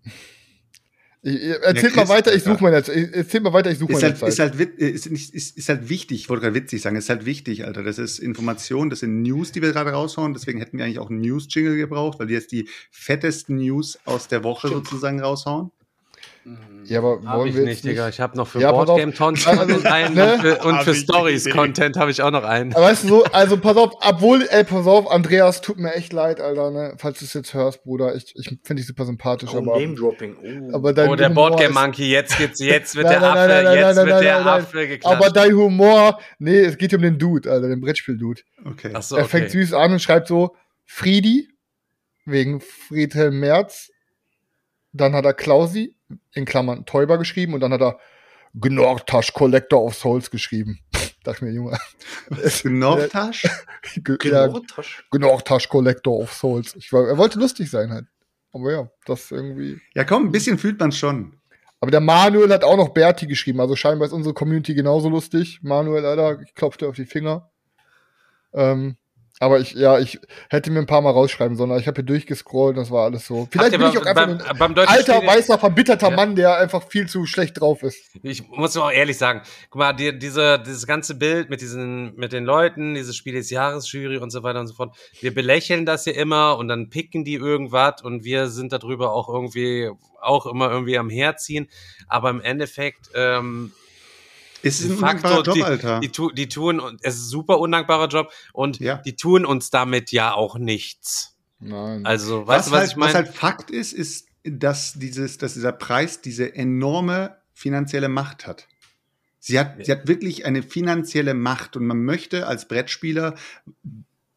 Chris, mal weiter, ich Alter. suche meine Zeit. Erzählt mal weiter, ich suche meine Zeit. Ist halt wichtig, ich wollte gerade witzig sagen, ist halt wichtig, Alter. Das ist Information, das sind News, die wir gerade raushauen. Deswegen hätten wir eigentlich auch einen News-Jingle gebraucht, weil wir jetzt die fettesten News aus der Woche sozusagen raushauen. Ja, aber Hab wollen ich wir nicht, jetzt Digga. Ich habe noch für Ja, pass auf. Boardgame-Content einen ne? und für Hab ich Stories-Content habe ich auch noch einen. Aber weißt du so, also pass auf, Andreas, tut mir echt leid, Alter, ne, falls du es jetzt hörst, Bruder, ich finde dich super sympathisch, Oh, aber Name-Dropping. aber dein Oh, der Humor Boardgame ist- Monkey, jetzt wird Nein, der nein, Affe geklatscht. aber dein Humor, nee, es geht um den Dude, Alter, den Brettspiel-Dude. Okay. Ach so, Er fängt okay. süß an und schreibt so, Friedi, wegen Friedhelm Merz, dann hat er Klausi, in Klammern Täuber geschrieben und dann hat er Gnortasch Collector of Souls geschrieben. Dachte mir, Junge. Knortasch? Ja, Gnortasch Collector of Souls. Er wollte lustig sein halt. Aber ja, das irgendwie. Ja, komm, ein bisschen fühlt man schon. Aber der Manuel hat auch noch Berti geschrieben. Also scheinbar ist unsere Community genauso lustig. Manuel, Alter, ich klopfte auf die Finger. Aber ich hätte mir ein paar Mal rausschreiben sollen. Ich habe hier durchgescrollt und das war alles so. Vielleicht bin ich auch einfach beim ein deutschen alter, Spiele- weißer, verbitterter Mann, der einfach viel zu schlecht drauf ist. Ich muss auch ehrlich sagen, guck mal, dieses ganze Bild mit den Leuten, dieses Spiel des Jahres, Jury und so weiter und so fort, wir belächeln das ja immer und dann picken die irgendwas und wir sind darüber auch immer irgendwie am Herziehen, aber im Endeffekt, Es ist ein de facto, undankbarer Job, Alter. die tun, und es ist ein super undankbarer Job und Ja. die tun uns damit ja auch nichts. Nein. Also, weißt du, was ich meine? Was halt Fakt ist, dass dieser Preis diese enorme finanzielle Macht hat. Sie hat wirklich eine finanzielle Macht und man möchte als Brettspieler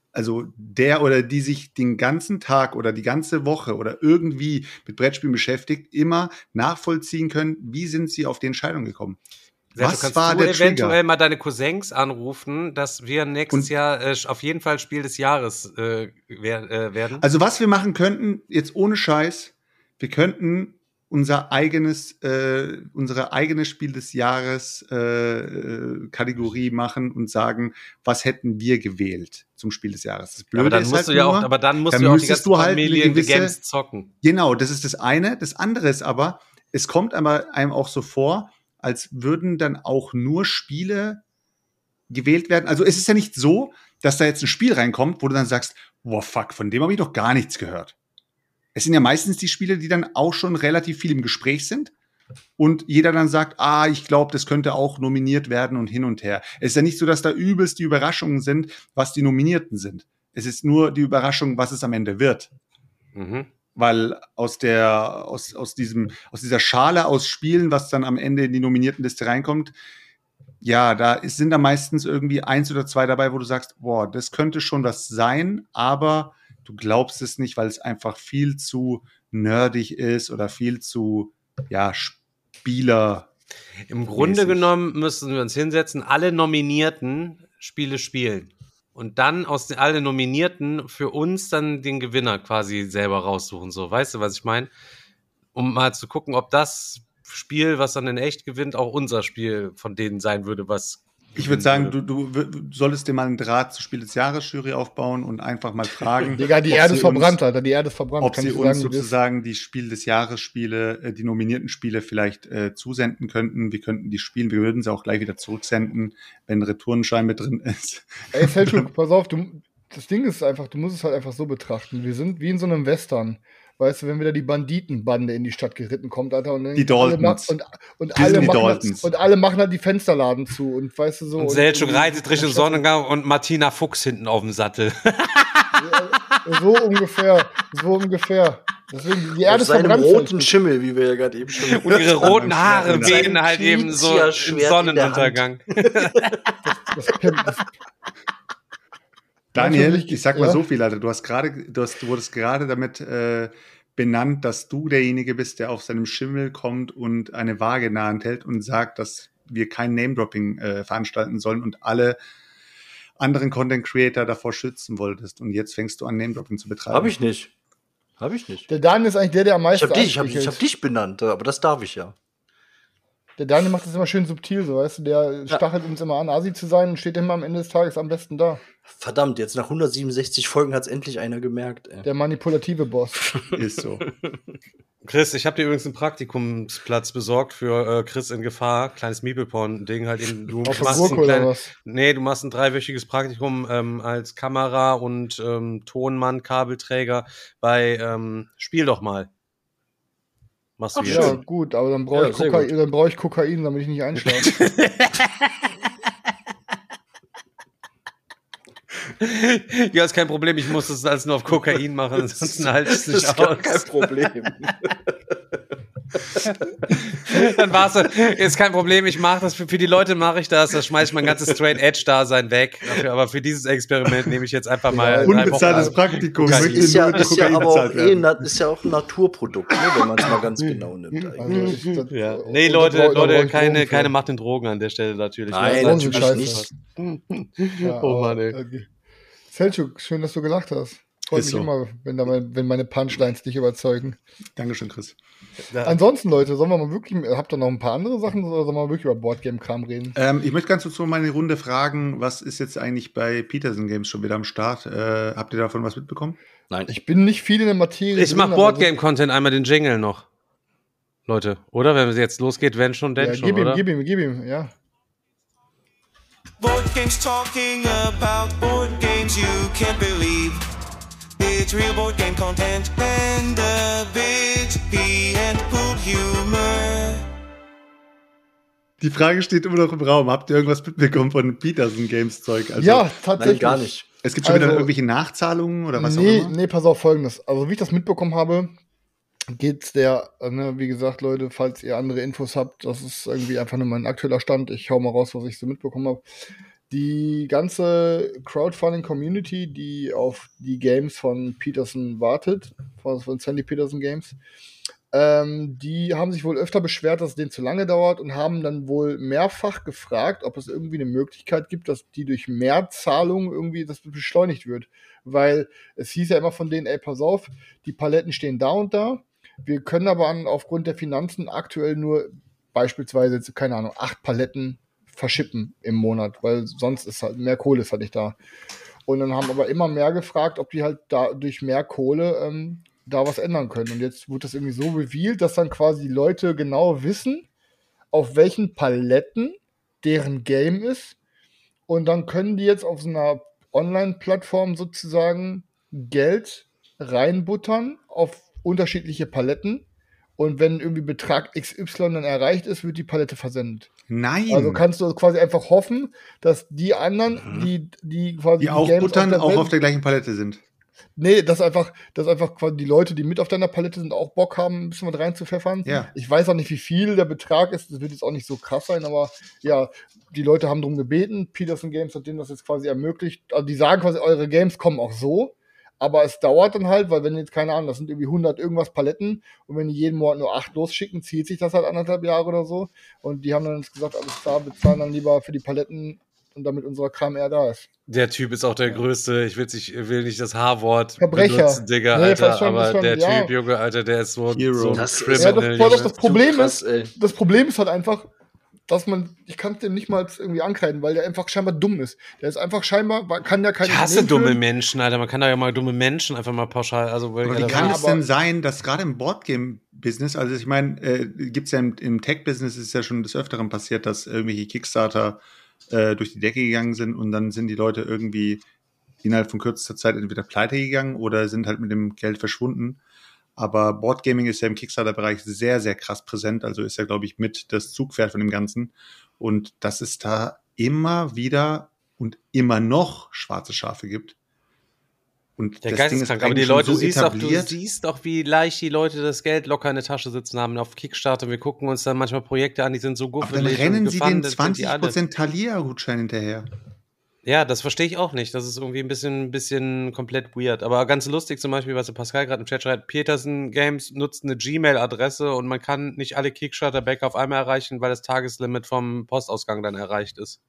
also der oder die sich den ganzen Tag oder die ganze Woche oder irgendwie mit Brettspielen beschäftigt, immer nachvollziehen können, wie sind sie auf die Entscheidung gekommen? Was Was war war du der eventuell Trigger? mal deine Cousins anrufen, dass wir nächstes Und- Jahr auf jeden Fall Spiel des Jahres werden? Also was wir machen könnten, jetzt ohne Scheiß, wir könnten unsere eigene Spiel des Jahres Kategorie machen und sagen, was hätten wir gewählt zum Spiel des Jahres. Das Blöde aber dann ist musst halt du ja nur, auch, aber dann musst dann du ja auch die müsstest ganzen du halt eine Familien gewisse- Games zocken. Genau, das ist das eine. Das andere ist aber, es kommt aber einem auch so vor, als würden dann auch nur Spiele gewählt werden. Also es ist ja nicht so, dass da jetzt ein Spiel reinkommt, wo du dann sagst, wow, fuck, von dem habe ich noch gar nichts gehört. Es sind ja meistens die Spiele, die dann auch schon relativ viel im Gespräch sind und jeder dann sagt, ich glaube, das könnte auch nominiert werden und hin und her. Es ist ja nicht so, dass da übelst die Überraschungen sind, was die Nominierten sind. Es ist nur die Überraschung, was es am Ende wird. Mhm. Weil aus dieser Schale aus Spielen, was dann am Ende in die Nominiertenliste reinkommt, ja, sind da meistens irgendwie 1 oder 2 dabei, wo du sagst, boah, das könnte schon was sein, aber du glaubst es nicht, weil es einfach viel zu nerdig ist oder viel zu, Spieler. Im Grunde mäßig. genommen müssen wir uns hinsetzen, alle Nominierten Spiele spielen. Und dann aus alle Nominierten für uns dann den Gewinner quasi selber raussuchen. So, weißt du, was ich meine? Um mal zu gucken, ob das Spiel, was dann in echt gewinnt, auch unser Spiel von denen sein würde, was. Ich würde sagen, du solltest dir mal einen Draht zur Spiel des Jahres Jury aufbauen und einfach mal fragen. Digga, die ob Erde ist sie uns- verbrannt, Alter. Die Erde ist verbrannt. Ob Kann sie ich uns sagen, wie das ist. sozusagen die Spiel des Jahres Spiele, die nominierten Spiele vielleicht zusenden könnten. Wir könnten die spielen, wir würden sie auch gleich wieder zurücksenden, wenn ein Retourenschein mit drin ist. Ey, Selchuk, pass auf, das Ding ist einfach, du musst es halt einfach so betrachten. Wir sind wie in so einem Western. Weißt du, wenn wieder die Banditenbande in die Stadt geritten kommt, Alter, und dann Die Daltons. und alle machen halt die Fensterladen zu und weißt du so. Und Selchuk reitet Richtung Sonnengang und Martina Fuchs hinten auf dem Sattel. So ungefähr. Deswegen, die Erde Auf ist seinem verbrannt. roten Selchuk. Schimmel, wie wir ja gerade eben schon. Und ihre roten Haare Mit seinem wehen halt eben so im Schwert in der Hand. Sonnenuntergang. Das Daniel, Natürlich, ich sag mal ja. so viel, Alter. Du wurdest gerade damit benannt, dass du derjenige bist, der auf seinem Schimmel kommt und eine Waage in der Hand hält und sagt, dass wir kein Name-Dropping veranstalten sollen und alle anderen Content-Creator davor schützen wolltest. Und jetzt fängst du an, Name-Dropping zu betreiben. Habe ich nicht. Der Daniel ist eigentlich der am Ich meisten hab dich benannt, aber das darf ich ja. Der Daniel macht das immer schön subtil, so weißt du, der stachelt uns immer an, Asi zu sein und steht immer am Ende des Tages am besten da. Verdammt, jetzt nach 167 Folgen hat's endlich einer gemerkt, ey. Der manipulative Boss. Ist so. Chris, ich habe dir übrigens einen Praktikumsplatz besorgt für Chris in Gefahr. Kleines Meeple-Porn-Ding halt eben. Du Auf der machst Gurke ein oder klein- was? Nee, du machst ein 3-wöchiges Praktikum als Kamera- und Tonmann, Kabelträger bei Spiel doch mal. Machst du Ach, jetzt. Ja, gut, aber dann brauche Ja, ich, sehr brauch ich Kokain, damit ich nicht einschlafe. Ja, ist kein Problem, ich muss das alles nur auf Kokain machen, ansonsten halte ich es Das nicht ist gar aus. kein Problem. Dann war's. Ist kein Problem, ich mache das. Für die Leute mache ich das. Da schmeiße ich mein ganzes Straight-Edge-Dasein weg. Aber für dieses Experiment nehme ich jetzt einfach mal 3 Wochen Unbezahltes Praktikum. Kokain. Möchte Ist ja, nur ist ja Kokain aber auch bezahlt werden. ist ja auch ein Naturprodukt, ne, wenn man es mal ganz genau nimmt. Also Eigentlich. Ja. und Nee, da Leute, brauch ich keine Drogen Macht in Drogen an der Stelle natürlich. Nein, Ja, natürlich Scheiße. nicht. für. Ja, Oh Mann, aber, ey. Selchuk, schön, dass du gelacht hast. Freut Ist mich so. immer, wenn meine Punchlines dich überzeugen. Dankeschön, Chris. Ansonsten, Leute, sollen wir mal wirklich, habt ihr noch ein paar andere Sachen oder sollen wir wirklich über Boardgame-Kram reden? Ich möchte ganz kurz so meine Runde fragen, was ist jetzt eigentlich bei Peterson Games schon wieder am Start? Habt ihr davon was mitbekommen? Nein. Ich bin nicht viel in der Materie. Ich mache drin, aber Boardgame-Content, einmal den Jingle noch. Leute, oder? Wenn es jetzt losgeht, wenn schon, denn Ja, schon, oder? gib ihm, ja. Board games talking about board games you can't believe. It's real board game content and a bit pee and poop humor. Die Frage steht immer noch im Raum. Habt ihr irgendwas mitbekommen von Peterson Games Zeug? Also, Ja, Nein, tatsächlich. gar nicht. Es gibt schon wieder Also- irgendwelche Nachzahlungen oder was auch Nee, immer? nee, pass auf, Folgendes. Also, wie ich das mitbekommen habe, geht's wie gesagt, Leute, falls ihr andere Infos habt, das ist irgendwie einfach nur mein aktueller Stand. Ich hau mal raus, was ich so mitbekommen habe. Die ganze Crowdfunding-Community, die auf die Games von Peterson wartet, von Sandy Peterson Games, die haben sich wohl öfter beschwert, dass es denen zu lange dauert und haben dann wohl mehrfach gefragt, ob es irgendwie eine Möglichkeit gibt, dass die durch Mehrzahlungen irgendwie das beschleunigt wird. Weil es hieß ja immer von denen, ey, pass auf, die Paletten stehen da und da. Wir können aber aufgrund der Finanzen aktuell nur beispielsweise, keine Ahnung, 8 Paletten verschippen im Monat, weil sonst ist halt mehr Kohle ist halt nicht da. Und dann haben aber immer mehr gefragt, ob die halt da durch mehr Kohle da was ändern können. Und jetzt wird das irgendwie so revealed, dass dann quasi die Leute genau wissen, auf welchen Paletten deren Game ist. Und dann können die jetzt auf so einer Online-Plattform sozusagen Geld reinbuttern auf unterschiedliche Paletten. Und wenn irgendwie Betrag XY dann erreicht ist, wird die Palette versendet. Nein. Also kannst du quasi einfach hoffen, dass die anderen, die quasi die auch Games buttern, auf der auch Welt- auf der gleichen Palette sind. Nee, dass einfach quasi die Leute, die mit auf deiner Palette sind, auch Bock haben, ein bisschen was reinzupfeffern. Ja. Ich weiß auch nicht, wie viel der Betrag ist. Das wird jetzt auch nicht so krass sein, aber ja, die Leute haben darum gebeten. Peterson Games hat denen das jetzt quasi ermöglicht. Also die sagen quasi, eure Games kommen auch so. Aber es dauert dann halt, weil wenn jetzt, keine Ahnung, das sind irgendwie 100 irgendwas Paletten und wenn die jeden Monat nur 8 losschicken, zieht sich das halt 1,5 Jahre oder so. Und die haben dann jetzt gesagt, alles klar, bezahlen dann lieber für die Paletten und damit unser Kram eher da ist. Der Typ ist auch der Größte. Ich will nicht das H-Wort Verbrecher. benutzen, Digga, Nee, Alter. fast schon, Aber schon, der ja. Typ, Junge, Alter, der ist so Hero. ein Das ist- Criminal. Ja, das Junge. Problem krass, ist, ey. das Problem ist halt einfach, dass ich kann es dem nicht mal irgendwie ankreiden, weil der einfach scheinbar dumm ist. Der ist einfach scheinbar, kann ja keine Ich hasse Unternehmen dumme führen. Menschen, Alter. Man kann da ja mal dumme Menschen einfach mal pauschal. Also, Aber wie Ja, kann es aber- denn sein, dass gerade im Boardgame-Business, also ich meine, gibt es ja im Tech-Business ist ja schon des Öfteren passiert, dass irgendwelche Kickstarter durch die Decke gegangen sind und dann sind die Leute irgendwie innerhalb von kürzester Zeit entweder pleite gegangen oder sind halt mit dem Geld verschwunden. Aber Boardgaming ist ja im Kickstarter-Bereich sehr, sehr krass präsent. Also ist ja, glaube ich, mit das Zugpferd von dem Ganzen. Und dass es da immer wieder und immer noch schwarze Schafe gibt. Und Der das Geist Ding ist ist krank, aber eigentlich die schon Leute, so du etabliert. siehst doch, wie leicht die Leute das Geld locker in der Tasche sitzen haben auf Kickstarter. Wir gucken uns dann manchmal Projekte an, die sind so Aber guffelig dann rennen und sie den gefundet sind die alle. 20% Thalia-Gutschein hinterher. Ja, das verstehe ich auch nicht. Das ist irgendwie ein bisschen komplett weird. Aber ganz lustig zum Beispiel, was der Pascal gerade im Chat schreibt, Peterson Games nutzt eine Gmail-Adresse und man kann nicht alle Kickstarter-Bäcker auf einmal erreichen, weil das Tageslimit vom Postausgang dann erreicht ist.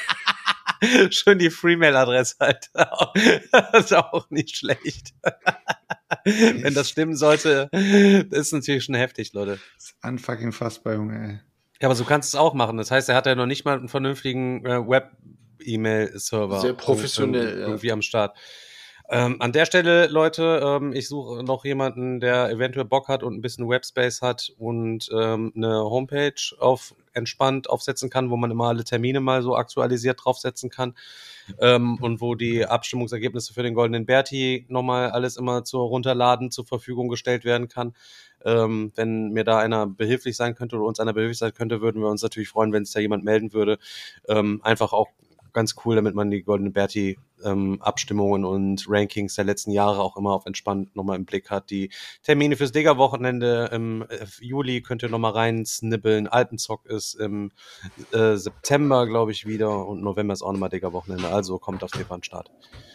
Schön die Freemail-Adresse halt. Das ist auch nicht schlecht. Wenn das stimmen sollte, das ist natürlich schon heftig, Leute. Das ist unfucking fassbar, Junge, ey. Ja, aber so kannst du es auch machen. Das heißt, er hat ja noch nicht mal einen vernünftigen Web-E-Mail-Server. Sehr professionell, ja. Irgendwie am Start. An der Stelle, Leute, ich suche noch jemanden, der eventuell Bock hat und ein bisschen Webspace hat und eine Homepage entspannt aufsetzen kann, wo man immer alle Termine mal so aktualisiert draufsetzen kann und wo die Abstimmungsergebnisse für den Goldenen Berti nochmal alles immer zur Runterladen zur Verfügung gestellt werden kann. Wenn mir da einer behilflich sein könnte oder uns einer behilflich sein könnte, würden wir uns natürlich freuen, wenn sich da jemand melden würde. Einfach auch ganz cool, damit man die Goldene Berti Abstimmungen und Rankings der letzten Jahre auch immer auf entspannt nochmal im Blick hat. Die Termine fürs Digger-Wochenende im Juli könnt ihr nochmal reinsnibbeln. Alpenzock ist im September, glaube ich, wieder und November ist auch nochmal Digger-Wochenende. Also kommt auf jeden Fall an den Start.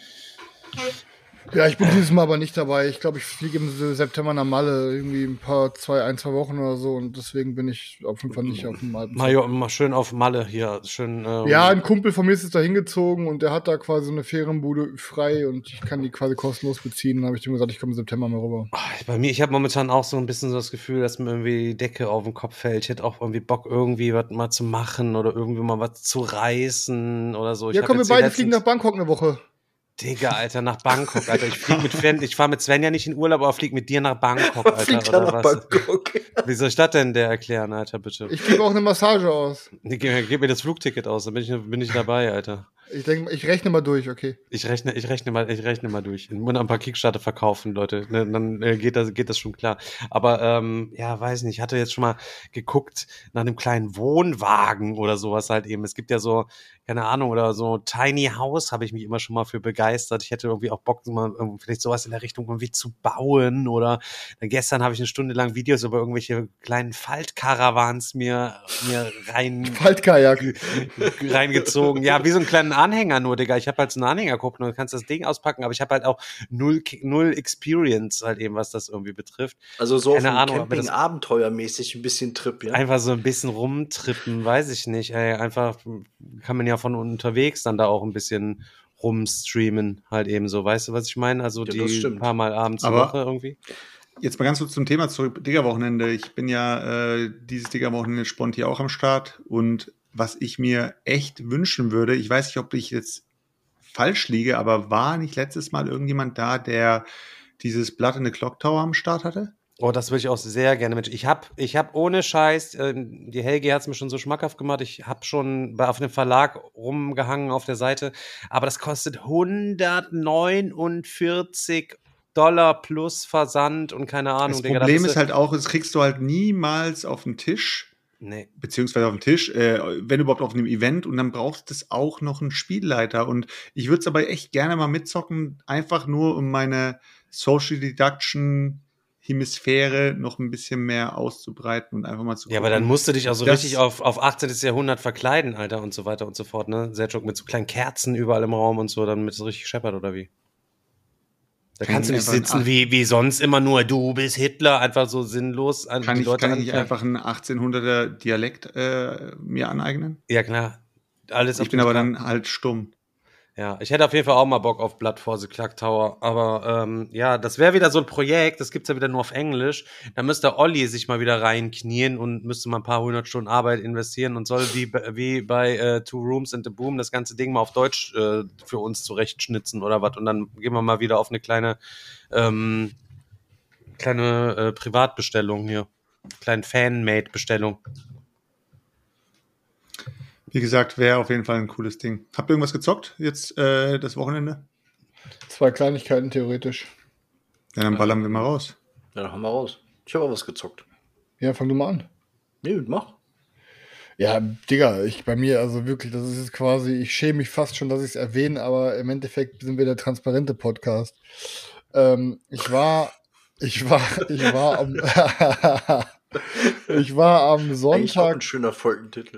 Ja, ich bin dieses Mal aber nicht dabei. Ich glaube, ich fliege im September nach Malle, irgendwie ein, zwei Wochen oder so und deswegen bin ich auf jeden Fall nicht auf dem Alpen. Mal schön auf Malle hier. Schön, Ja, ein Kumpel von mir ist jetzt da hingezogen und der hat da quasi so eine Ferienbude frei und ich kann die quasi kostenlos beziehen. Dann habe ich ihm gesagt, ich komme im September mal rüber. Bei mir, ich habe momentan auch so ein bisschen so das Gefühl, dass mir irgendwie die Decke auf den Kopf fällt. Ich hätte auch irgendwie Bock, irgendwie was mal zu machen oder irgendwie mal was zu reißen oder so. Ja, komm, wir beide fliegen nach Bangkok eine Woche. Digga, Alter, nach Bangkok, Alter. Ich fahre mit Sven ja nicht in Urlaub, aber flieg mit dir nach Bangkok, Alter. Fliegt Oder nach was? Bangkok. Wie soll ich das denn der erklären, Alter, bitte? Ich gebe auch eine Massage aus. Gib mir das Flugticket aus, dann bin ich dabei, Alter. Ich denke, ich rechne mal durch, okay. Ich rechne mal durch. Ich muss noch ein paar Kickstarter verkaufen, Leute. Ne, dann geht das schon klar. Aber ja, weiß nicht. Ich hatte jetzt schon mal geguckt nach einem kleinen Wohnwagen oder sowas halt eben. Es gibt ja so, keine Ahnung, oder so Tiny House habe ich mich immer schon mal für begeistert. Ich hätte irgendwie auch Bock, mal vielleicht sowas in der Richtung irgendwie zu bauen. Oder gestern habe ich eine Stunde lang Videos über irgendwelche kleinen Faltkarawans mir Faltkajak. reingezogen. Ja, wie so einen kleinen Anhänger nur, Digga. Ich habe halt so einen Anhänger geguckt und du kannst das Ding auspacken, aber ich habe halt auch null Experience halt eben, was das irgendwie betrifft. Also so Keine auf Ahnung, dem aber das- Camping abenteuermäßig ein bisschen Trip, ja? Einfach so ein bisschen rumtrippen, weiß ich nicht. Ey, einfach kann man ja von unterwegs dann da auch ein bisschen rumstreamen, halt eben so. Weißt du, was ich meine? Also Ja, das die stimmt. paar Mal abends die Aber- Woche irgendwie. Jetzt mal ganz kurz zum Thema zurück, Digger-Wochenende. Ich bin ja dieses Digger-Wochenende Sponti auch am Start und was ich mir echt wünschen würde, ich weiß nicht, ob ich jetzt falsch liege, aber war nicht letztes Mal irgendjemand da, der dieses Blood in the Clock Tower am Start hatte? Oh, das würde ich auch sehr gerne mit. Ich hab ohne Scheiß, die Helgi hat es mir schon so schmackhaft gemacht. Ich habe schon auf dem Verlag rumgehangen auf der Seite, aber das kostet $149 plus Versand und keine Ahnung. Das Digga, da Problem bist ist du- halt auch, das kriegst du halt niemals auf den Tisch, Nee. beziehungsweise auf den Tisch, wenn überhaupt auf einem Event und dann brauchst du auch noch einen Spielleiter und ich würde es aber echt gerne mal mitzocken, einfach nur um meine Social Deduction Hemisphäre noch ein bisschen mehr auszubreiten und einfach mal zu Ja, aber dann musst du dich auch so Das- richtig auf 18. Jahrhundert verkleiden, Alter, und so weiter und so fort, ne? Sergio mit so kleinen Kerzen überall im Raum und so, damit es so richtig scheppert, oder wie? Da Kann kannst du ich nicht einfach sitzen wie sonst immer nur, du bist Hitler, einfach so sinnlos an Kann die ich Leute nicht anfeuern. einfach einen 1800er Dialekt mir aneignen? Ja, klar. Alles auf Ich bin den aber Tag. dann halt stumm. Ja, ich hätte auf jeden Fall auch mal Bock auf Blood for the Clock Tower. Aber ja, das wäre wieder so ein Projekt, das gibt's ja wieder nur auf Englisch. Da müsste Olli sich mal wieder reinknien und müsste mal ein paar 100 Stunden Arbeit investieren und soll wie bei Two Rooms and the Boom das ganze Ding mal auf Deutsch für uns zurechtschnitzen oder was. Und dann gehen wir mal wieder auf eine kleine Privatbestellung hier. Kleine Fanmade-Bestellung. Wie gesagt, wäre auf jeden Fall ein cooles Ding. Habt ihr irgendwas gezockt jetzt das Wochenende? 2 Kleinigkeiten theoretisch. Ja, dann ballern wir mal raus. Ja, dann haben wir raus. Ich habe auch was gezockt. Ja, fang du mal an. Nee, mach. Ja, Digga, bei mir, also wirklich, das ist jetzt quasi, ich schäme mich fast schon, dass ich es erwähne, aber im Endeffekt sind wir der transparente Podcast. Ich war am Eigentlich auch Sonntag, ein schöner Folgentitel.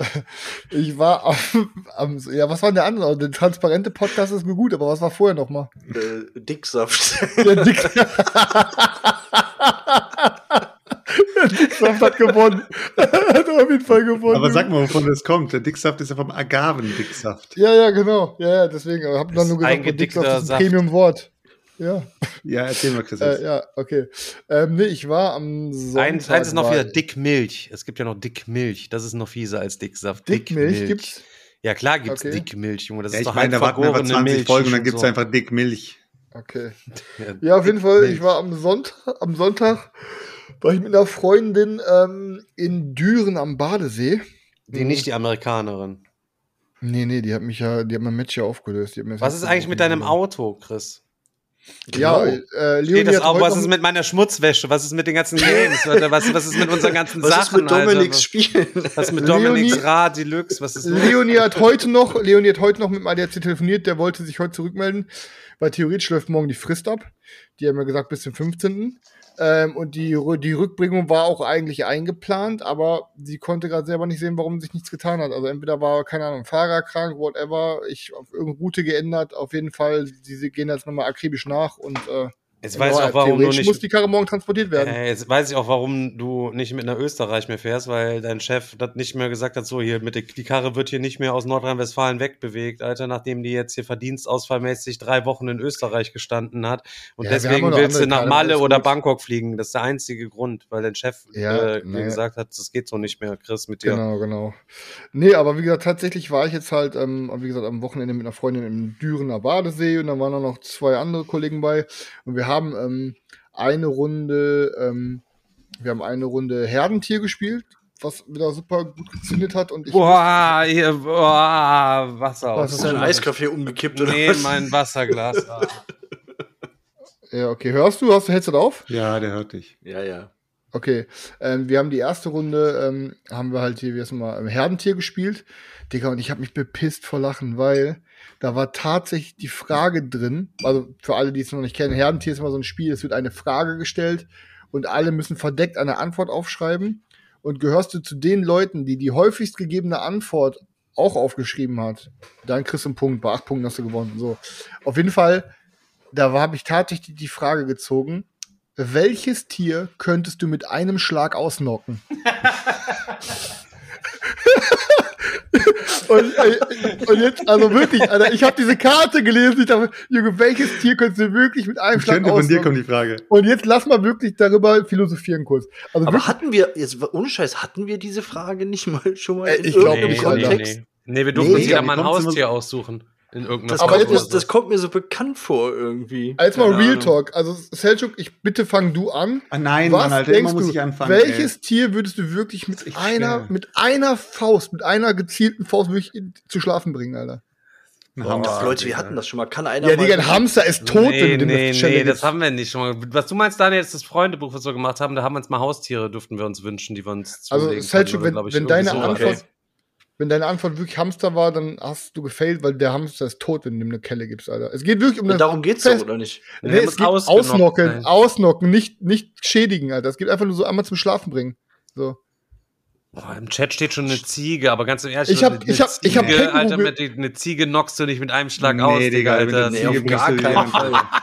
ja, was war denn der andere? Der transparente Podcast ist mir gut, aber was war vorher nochmal? Dicksaft. Der Dicksaft hat gewonnen. Hat auf jeden Fall gewonnen. Aber sag mal, wovon das kommt. Der Dicksaft ist ja vom Agavendicksaft. Ja, genau. Ja, deswegen. Ich habe dann nur gesagt, eingedickter Dicksaft ist ein Saft. Premium-Wort. Ja. Ja, erzähl mal, Chris. Ja, okay. Nee, ich war am Sonntag. Eins ist noch war- wieder Dickmilch. Es gibt ja noch Dickmilch. Das ist noch fieser als Dicksaft. Dickmilch gibt's? Ja, klar gibt's Okay. Dickmilch, Junge. Das Ja, ist ich doch meine, da warten einfach vergorene 20 Milch. Folgen und dann und gibt es so. einfach Dickmilch. Okay. Ja, auf jeden Fall, ich war am Sonntag war ich mit einer Freundin in Düren am Badesee. Die nicht die Amerikanerin. Nee, die hat mein Match ja aufgelöst. Die hat mir das Was ist eigentlich mit deinem Auto, Chris? Ja, Genau. Leonie Steht das hat auch, heute was noch- ist mit meiner Schmutzwäsche? Was ist mit den ganzen Games? Was ist mit unseren ganzen Was Sachen? ist mit Dominiks Alter? Spielen? Was ist mit Leonie- Dominiks Rad Deluxe? Was ist los? Leonie hat heute noch mit dem ADAC telefoniert, der wollte sich heute zurückmelden, weil theoretisch läuft morgen die Frist ab. Die haben ja gesagt bis zum 15. Und die Rückbringung war auch eigentlich eingeplant, aber sie konnte gerade selber nicht sehen, warum sich nichts getan hat. Also entweder war, keine Ahnung, Fahrer krank, whatever, ich auf irgendeine Route geändert, auf jeden Fall, sie gehen jetzt nochmal akribisch nach und Jetzt weiß ich auch, warum du theoretisch nicht. muss die Karre morgen transportiert werden. Jetzt weiß ich auch, warum du nicht mit einer Österreich mehr fährst, weil dein Chef das nicht mehr gesagt hat, so hier die Karre wird hier nicht mehr aus Nordrhein-Westfalen wegbewegt, Alter, nachdem die jetzt hier verdienstausfallmäßig 3 Wochen in Österreich gestanden hat. Und Ja, wir haben deswegen auch noch willst du andere nach Karren, Malle alles oder gut. Bangkok fliegen. Das ist der einzige Grund, weil dein Chef Ja, mir gesagt hat, das geht so nicht mehr, Chris, mit dir. Genau. Nee, aber wie gesagt, tatsächlich war ich jetzt halt, wie gesagt, am Wochenende mit einer Freundin im Dürener Badesee und da waren auch noch 2 andere Kollegen bei und wir haben eine Runde Herdentier gespielt. was wieder super gut gezündet hat. Und ich Boah, Wasser. Was Ist dein Eiskaffee umgekippt oder Nee, was? mein Wasserglas. Ja, okay. Hörst du? Hast du Headset auf? Ja, der hört dich. Ja. Okay. Wir haben die erste Runde, haben wir halt hier, wie heißt mal, Herdentier gespielt. Digga, und ich habe mich bepisst vor Lachen, weil da war tatsächlich die Frage drin, also für alle, die es noch nicht kennen, Herdentier ist immer so ein Spiel, es wird eine Frage gestellt und alle müssen verdeckt eine Antwort aufschreiben. Und gehörst du zu den Leuten, die die häufigst gegebene Antwort auch aufgeschrieben hat, dann kriegst du einen Punkt. Bei 8 Punkten hast du gewonnen. So. Auf jeden Fall, da habe ich tatsächlich die Frage gezogen, welches Tier könntest du mit einem Schlag ausnocken? und jetzt, also wirklich, Alter, ich habe diese Karte gelesen, ich dachte, Junge, welches Tier könntest du wirklich mit einem Schlag Von dir ausnocken? kommt die Frage. Und jetzt lass mal wirklich darüber philosophieren kurz. Also Aber wirklich, hatten wir, jetzt ohne Scheiß, hatten wir diese Frage nicht mal schon mal in ich glaub irgendeinem nicht, Kontext? Nee, wir durften uns Nee, jeder die mal ein kommt's immer Haustier aussuchen. In irgendeiner Das, Aber kommt, jetzt das kommt mir so bekannt vor irgendwie. als mal keine Real Ahnung. Talk, also Selçuk, bitte fang du an. Ah nein, Was Mann, Alter, denkst immer muss du, ich anfangen. welches Tier würdest du wirklich mit echt einer, schwer. mit einer Faust, mit einer gezielten Faust wirklich zu schlafen bringen, Alter? Ein Boah, Hamster. Leute, wir hatten das schon mal. Kann einer Ja, mal Digga, ein Hamster ist tot, wenn du dem eine Stelle das gibst. haben wir nicht schon mal. Was du meinst, Daniel, ist das Freundebuch, was wir gemacht haben, da haben wir uns mal Haustiere, durften wir uns wünschen, die wir uns Also, zulegen Selçuk, konnten, wenn, glaub ich, wenn, irgendwie deine so. Antwort, Okay. wenn deine Antwort wirklich Hamster war, dann hast du gefailt, weil der Hamster ist tot, wenn du ihm eine Kelle gibst, Alter. Es geht wirklich um Ja, das. darum geht's doch, oder nicht? Nee, Der es muss geht ausgenockt ausnocken, sein. ausnocken, nicht schädigen, Alter. Es geht einfach nur so einmal zum Schlafen bringen. So. Boah, im Chat steht schon eine Ziege, aber ganz ehrlich, Ich hab Ziege, Känguru Alter, ge- eine Ziege knockst du nicht mit einem Schlag Nee, aus, Digga, Digga, Alter. mit Nee, der auf Ziege gar bringst du keinen jemanden. Fall.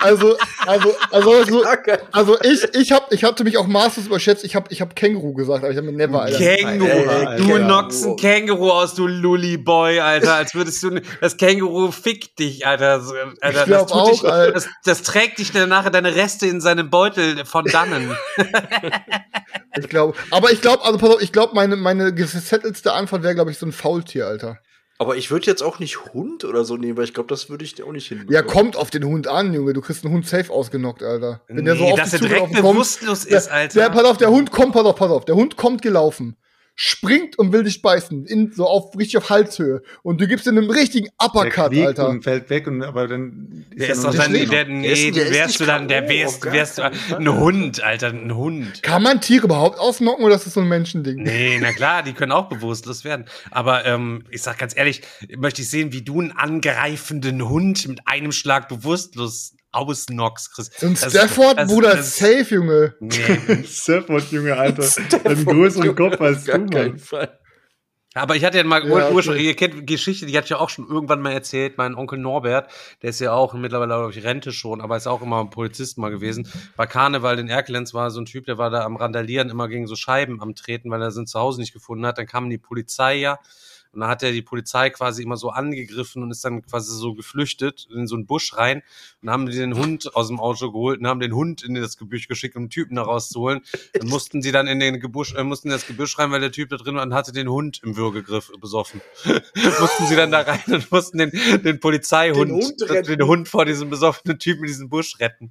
Also ich hatte mich auch maßlos überschätzt. Ich hab Känguru gesagt, aber ich habe mir never, Alter. Känguru, Alter. du Känguru. knockst ein Känguru aus, du Lully-Boy, Alter, als würdest du, das Känguru fickt dich, Alter. So, Alter, Ich glaub auch, dich, Alter. das trägt dich dann nachher deine Reste in seinem Beutel von dannen. Ich glaube, also pass auf, ich glaube, meine gesettelste Antwort wäre, glaube ich, so ein Faultier, Alter. Aber ich würde jetzt auch nicht Hund oder so nehmen, weil ich glaube, das würde ich auch nicht hinbekommen. Ja, kommt auf den Hund an, Junge. Du kriegst einen Hund safe ausgenockt, Alter. Wenn der so Nee, auf dass dich er direkt zugelaufen kommt, bewusstlos ist, Alter. Der, pass auf, der Hund kommt, pass auf. Der Hund kommt gelaufen, springt und will dich beißen, richtig auf Halshöhe. Und du gibst ihm einen richtigen Der Uppercut, quiekt Alter. und fällt weg, aber dann Der er ist noch doch dann, nicht der, drin. nee, der ist wärst nicht du dann, der K.O., wärst, auf gar wärst du keinen Fall. ein Hund, Alter, ein Hund. Kann man Tiere überhaupt ausnocken oder ist das so ein Menschending? Nee, na klar, die können auch bewusstlos werden. Aber ich sag ganz ehrlich, möchte ich sehen, wie du einen angreifenden Hund mit einem Schlag bewusstlos ausnockst, Chris. So ein Das- Stafford, das- Bruder, das- safe, Junge. Nee. Surfboard, Junge, Alter. Einen größeren Kopf als du, Gar Mann. keinen Fall. Aber ich hatte ja mal, Ja, okay. ihr kennt die Geschichte, die hatte ich ja auch schon irgendwann mal erzählt. Mein Onkel Norbert, der ist ja auch mittlerweile, glaube ich, Rente schon, aber ist auch immer ein Polizist mal gewesen. Bei Karneval in Erkelenz war so ein Typ, der war da am Randalieren, immer gegen so Scheiben am Treten, weil er sein Zuhause nicht gefunden hat. Dann kam die Polizei ja. Und dann hat er die Polizei quasi immer so angegriffen und ist dann quasi so geflüchtet in so einen Busch rein und haben die den Hund aus dem Auto geholt und haben den Hund in das Gebüsch geschickt, um den Typen da rauszuholen. Dann mussten sie dann in den mussten in das Gebüsch rein, weil der Typ da drin war und hatte den Hund im Würgegriff besoffen. Mussten sie dann da rein und mussten den Polizeihund, Den Hund retten. den Hund vor diesem besoffenen Typen in diesem Busch retten.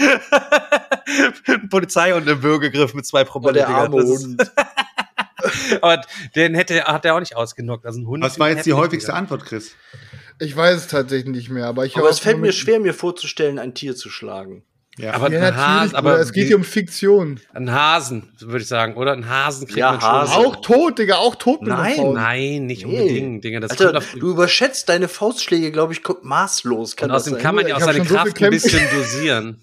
Ein Polizeihund im Würgegriff mit 2 Aber Promille. der Digga. arme Das ist- Hund. Aber den hat er auch nicht ausgenockt. Also ein Hund. Was war jetzt die hätte nicht, häufigste Digga. Antwort, Chris? Ich weiß es tatsächlich nicht mehr, aber ich Aber habe es fällt mir schwer, mir vorzustellen, ein Tier zu schlagen. Ja. Aber Ja, ein natürlich, Hase, Bruder, aber es geht hier um Fiktion. ein Hasen, würde ich sagen, oder? Ein Hasen kriegt Ja, man schon. Hase. Auch tot, Digga, auch tot mit einer Nein, Faust. Nein, nicht Nee. unbedingt, Digga. Das Alter, kommt auf, du überschätzt deine Faustschläge, glaube ich, maßlos. Kann und das außerdem sein? kann man ja auch Ich hab seine schon so Kraft viel ein bisschen dosieren.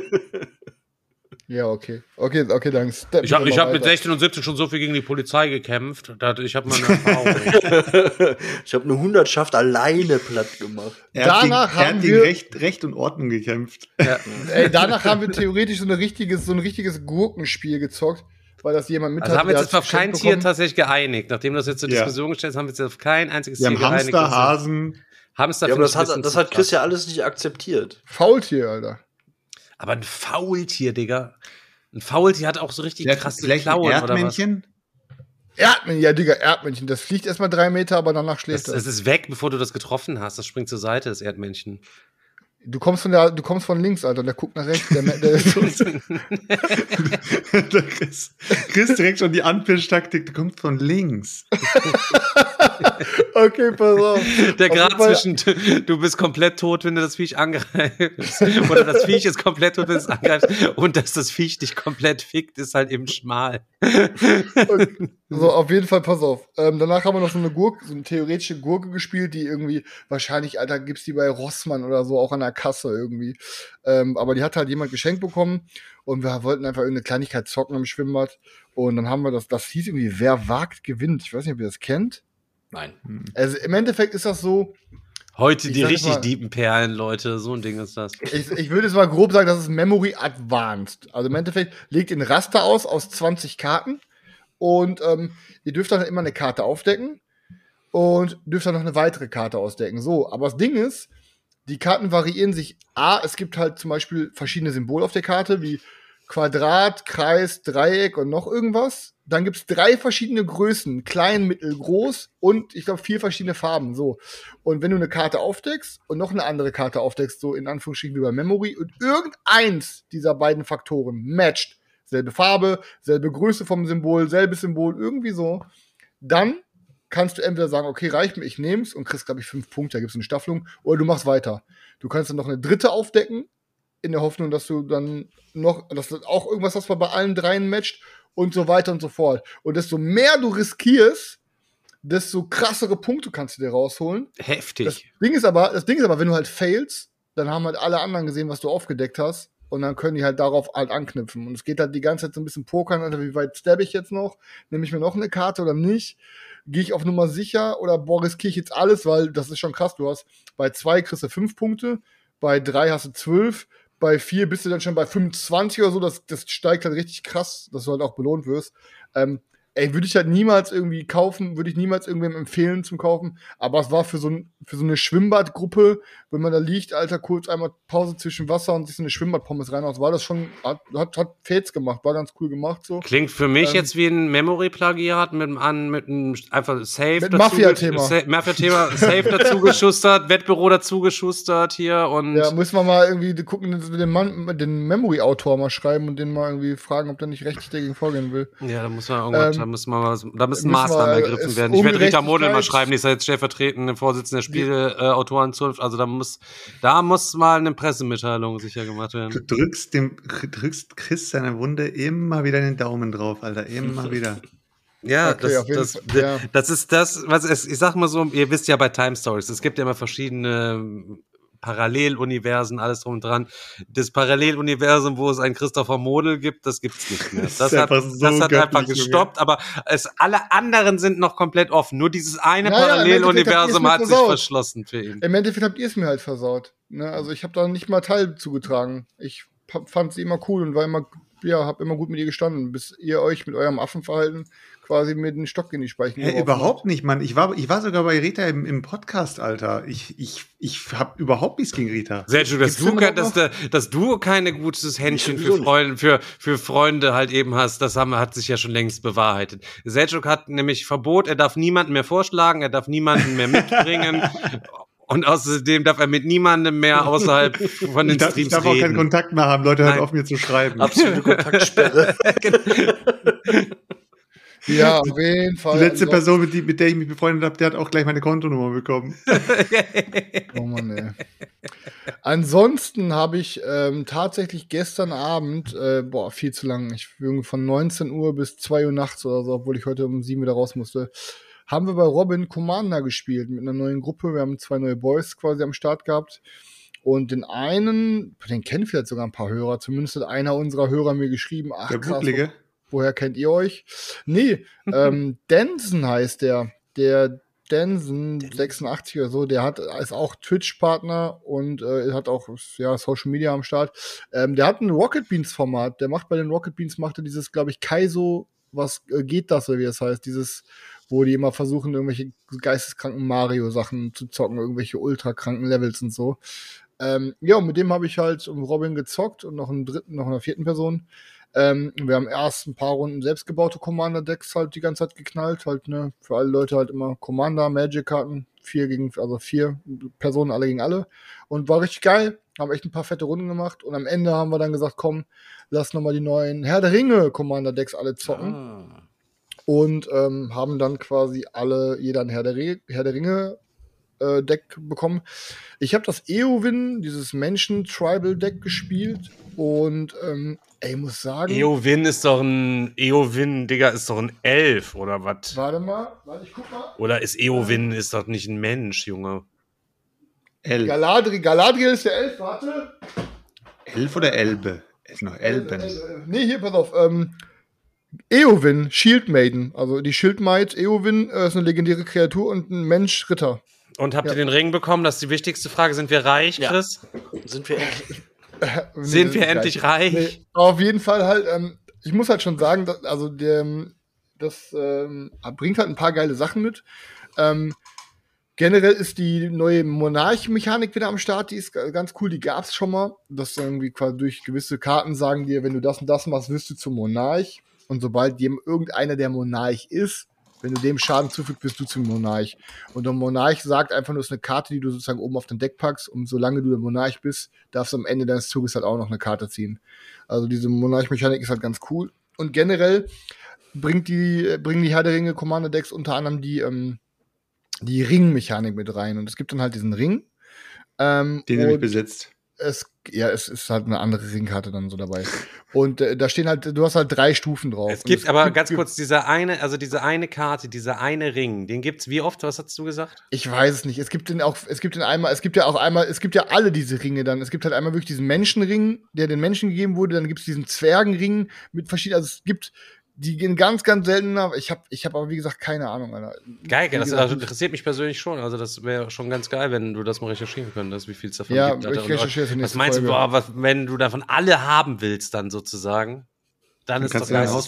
Ja, okay, danke. Ich habe Steppen wir mit weiter. 16 und 17 schon so viel gegen die Polizei gekämpft. Ich habe meine Erfahrung. Ich habe eine Hundertschaft alleine platt gemacht. Danach er haben hat gegen wir- Recht und Ordnung gekämpft. Ey, danach haben wir theoretisch so ein richtiges Gurkenspiel gezockt, weil das jemand mit Also haben wir der uns jetzt auf hat's kein geschenkt Tier bekommen. tatsächlich geeinigt. Nachdem du das jetzt zur Ja. Diskussion gestellt hast, haben wir uns jetzt auf kein einziges Wir Tier haben geeinigt. Hamster, Hasen. Hamster Ja, aber finde ich ein bisschen das zu hat Chris krass. ja alles nicht akzeptiert. Faultier, Alter. Aber ein Faultier, Digga. Ein Faultier hat auch so richtig krasse Vielleicht ein Klauen, oder was? Erdmännchen? Erdmännchen, ja, Digga, Erdmännchen. Das fliegt erstmal 3 Meter, aber danach schläft Das das. ist weg, bevor du das getroffen hast. Das springt zur Seite, das Erdmännchen. Du kommst von links, Alter, und der guckt nach rechts. Der Da kriegst direkt schon die Anpisch-Taktik, du kommst von links. Okay, pass auf. Der Auf Grad jeden Fall- zwischen, du bist komplett tot, wenn du das Viech angreifst, oder das Viech ist komplett tot, wenn du es angreifst, und dass das Viech dich komplett fickt, ist halt eben schmal. So, auf jeden Fall, pass auf. Danach haben wir noch so eine theoretische Gurke gespielt, die irgendwie, wahrscheinlich, Alter, gibt's die bei Rossmann oder so, auch an der Kasse irgendwie. Aber die hat halt jemand geschenkt bekommen und wir wollten einfach irgendeine Kleinigkeit zocken im Schwimmbad. Und dann haben wir das hieß irgendwie, wer wagt, gewinnt. Ich weiß nicht, ob ihr das kennt. Nein. Also im Endeffekt ist das so, Heute Ich die sag richtig mal- diepen Perlen, Leute, so ein Ding ist das. ich würde jetzt mal grob sagen, das ist Memory Advanced. Also im Endeffekt legt ihr ein Raster aus 20 Karten und ihr dürft dann immer eine Karte aufdecken und dürft dann noch eine weitere Karte ausdecken. So, aber das Ding ist, die Karten variieren sich. Es gibt halt zum Beispiel verschiedene Symbole auf der Karte, wie Quadrat, Kreis, Dreieck und noch irgendwas. Dann gibt's 3 verschiedene Größen, klein, mittel, groß und ich glaube 4 verschiedene Farben. So. Und wenn du eine Karte aufdeckst und noch eine andere Karte aufdeckst, so in Anführungsstrichen wie bei Memory, und irgendeins dieser beiden Faktoren matcht, selbe Farbe, selbe Größe vom Symbol, selbes Symbol, irgendwie so, dann kannst du entweder sagen, okay, reicht mir, ich nehm's und kriegst, glaube ich, 5 Punkte, da gibt's eine Staffelung, oder du machst weiter. Du kannst dann noch eine dritte aufdecken, in der Hoffnung, dass du dann noch, dass du auch irgendwas hast, was bei allen dreien matcht und so weiter und so fort. Und desto mehr du riskierst, desto krassere Punkte kannst du dir rausholen. Heftig. Das Ding ist aber, wenn du halt failst, dann haben halt alle anderen gesehen, was du aufgedeckt hast. Und dann können die halt darauf halt anknüpfen. Und es geht halt die ganze Zeit so ein bisschen pokern, also wie weit stab ich jetzt noch? Nehme ich mir noch eine Karte oder nicht? Gehe ich auf Nummer sicher oder riskiere ich jetzt alles? Weil das ist schon krass. Du hast bei 2 kriegst du 5 Punkte, bei 3 hast du 12, bei 4 bist du dann schon bei 25 oder so. Das steigt halt richtig krass, dass du halt auch belohnt wirst. Würde ich halt niemals irgendwie kaufen, würde ich niemals irgendwem empfehlen zum Kaufen. Aber es war für so eine Schwimmbadgruppe, wenn man da liegt, Alter, kurz einmal Pause zwischen Wasser und sich so eine Schwimmbadpommes reinhaut, war das schon, hat Fates gemacht, war ganz cool gemacht so. Klingt für mich jetzt wie ein Memory-Plagiat mit einem einfach Safe Mit Mafia-Thema. Mafia-Thema, Safe dazu geschustert, Wettbüro dazu geschustert hier und. Ja, müssen wir mal irgendwie gucken, den Memory-Autor mal schreiben und den mal irgendwie fragen, ob der nicht rechtlich dagegen vorgehen will. Ja, da muss man irgendwas, da müssen müssen Maßnahmen wir, ergriffen es werden. Ich werde Rita Ungerechtigkeit- Model mal schreiben, die ist ja jetzt stellvertretende Vorsitzende der Spieleautorenzunft. Also da muss mal eine Pressemitteilung sicher gemacht werden. Du drückst Chris seiner Wunde immer wieder den Daumen drauf, Alter. Immer wieder. Ja, Okay, auf jeden Fall, ja. das ist das, ich sag mal so, ihr wisst ja bei Time Stories, es gibt ja immer verschiedene Paralleluniversen, alles drum und dran. Das Paralleluniversum, wo es einen Christopher Model gibt, das gibt's nicht mehr. Das hat einfach gestoppt, aber alle anderen sind noch komplett offen. Nur dieses eine Naja, Paralleluniversum im Endeffekt habt hat ihr's sich versaut. verschlossen für ihn. Im Endeffekt habt ihr es mir halt versaut. Ne? Also ich habe da nicht mal Teil zugetragen. Ich fand sie immer cool und hab immer gut mit ihr gestanden, bis ihr euch mit eurem Affenverhalten quasi mit den Stock in die Speichen Hey, geworfen überhaupt nicht, Mann. Ich war sogar bei Rita im Podcast, Alter. Ich hab überhaupt nichts gegen Rita. Sergio, dass du keine gutes Händchen für Freunde halt eben hast, hat sich ja schon längst bewahrheitet. Sergio hat nämlich Verbot, er darf niemanden mehr vorschlagen, er darf niemanden mehr mitbringen. Und außerdem darf er mit niemandem mehr außerhalb von den Streams reden. Ich darf auch keinen Kontakt mehr haben, Leute, hört auf mir zu schreiben. Absolute Kontaktsperre. Ja, auf jeden Fall. Die letzte Person, mit der ich mich befreundet habe, der hat auch gleich meine Kontonummer bekommen. Oh Mann, ey. Ansonsten habe ich tatsächlich gestern Abend, viel zu lang, von 19 Uhr bis 2 Uhr nachts oder so, obwohl ich heute um 7 wieder raus musste, haben wir bei Robin Commander gespielt mit einer neuen Gruppe. Wir haben 2 neue Boys quasi am Start gehabt. Und den einen, den kennen vielleicht sogar ein paar Hörer, zumindest hat einer unserer Hörer mir geschrieben, ach Der krass, Bucklige. woher kennt ihr euch? Nee, Denson heißt der Denson 86 oder so, ist auch Twitch-Partner und hat auch Social Media am Start. Der hat ein Rocket Beans-Format, bei den Rocket Beans macht er dieses, glaube ich, Kaizo, was geht das, oder wie das heißt, dieses, wo die immer versuchen, irgendwelche geisteskranken Mario-Sachen zu zocken, irgendwelche ultrakranken Levels und so. Und mit dem habe ich halt um Robin gezockt und noch einer 4. Person. Wir haben erst ein paar Runden selbstgebaute Commander-Decks halt die ganze Zeit geknallt, halt, ne, für alle Leute halt immer Commander, Magic-Karten, 4 Personen, alle gegen alle. Und war richtig geil. Haben echt ein paar fette Runden gemacht. Und am Ende haben wir dann gesagt, komm, lass nochmal die neuen Herr der Ringe Commander-Decks alle zocken. Und haben dann quasi jeder ein Herr der Ringe Deck bekommen. Ich habe das Eowyn, dieses Menschen-Tribal-Deck gespielt. Und ich muss sagen... Eowyn, Digga, ist doch ein Elf, oder was? Warte, ich guck mal. Oder ist Eowyn ist doch nicht ein Mensch, Junge. Elf. Galadriel ist der Elf, warte. Elf oder Elbe? Ist noch Elben. Nee, hier, pass auf. Eowyn, Shield Maiden. Also die Schildmaid Eowyn ist eine legendäre Kreatur und ein Mensch-Ritter. Und habt ihr den Ring bekommen? Das ist die wichtigste Frage. Sind wir reich, Chris? Sind wir endlich... Sind wir endlich reich? Nee, auf jeden Fall halt, ich muss halt schon sagen, das bringt halt ein paar geile Sachen mit. Generell ist die neue Monarch-Mechanik wieder am Start, die ist ganz cool, die gab's schon mal. Das irgendwie quasi durch gewisse Karten sagen dir, wenn du das und das machst, wirst du zum Monarch. Und sobald irgendeiner der Monarch ist, wenn du dem Schaden zufügst, bist du zum Monarch. Und der Monarch sagt einfach nur, es ist eine Karte, die du sozusagen oben auf dein Deck packst. Und solange du der Monarch bist, darfst du am Ende deines Zuges halt auch noch eine Karte ziehen. Also diese Monarch-Mechanik ist halt ganz cool. Und generell bringen die Herr der Ringe Commander-Decks unter anderem die Ring-Mechanik mit rein. Und es gibt dann halt diesen Ring. Den du nicht besitzt. Es ist halt eine andere Ringkarte dann so dabei. Und da stehen halt, du hast halt 3 Stufen drauf. Es gibt aber ganz kurz diese eine Karte, dieser eine Ring, den gibt's wie oft? Was hast du gesagt? Ich weiß es nicht. Es gibt ja alle diese Ringe dann. Es gibt halt einmal wirklich diesen Menschenring, der den Menschen gegeben wurde, dann gibt's diesen Zwergenring mit verschiedenen, also es gibt die gehen ganz, ganz selten nach. Ich hab aber, wie gesagt, keine Ahnung, Alter. Geil, das interessiert mich persönlich schon. Also, das wäre schon ganz geil, wenn du das mal recherchieren könntest, wie viel es davon gibt. Ja, ich recherchiere es in Was meinst du, wenn du davon alle haben willst, dann sozusagen, dann ist doch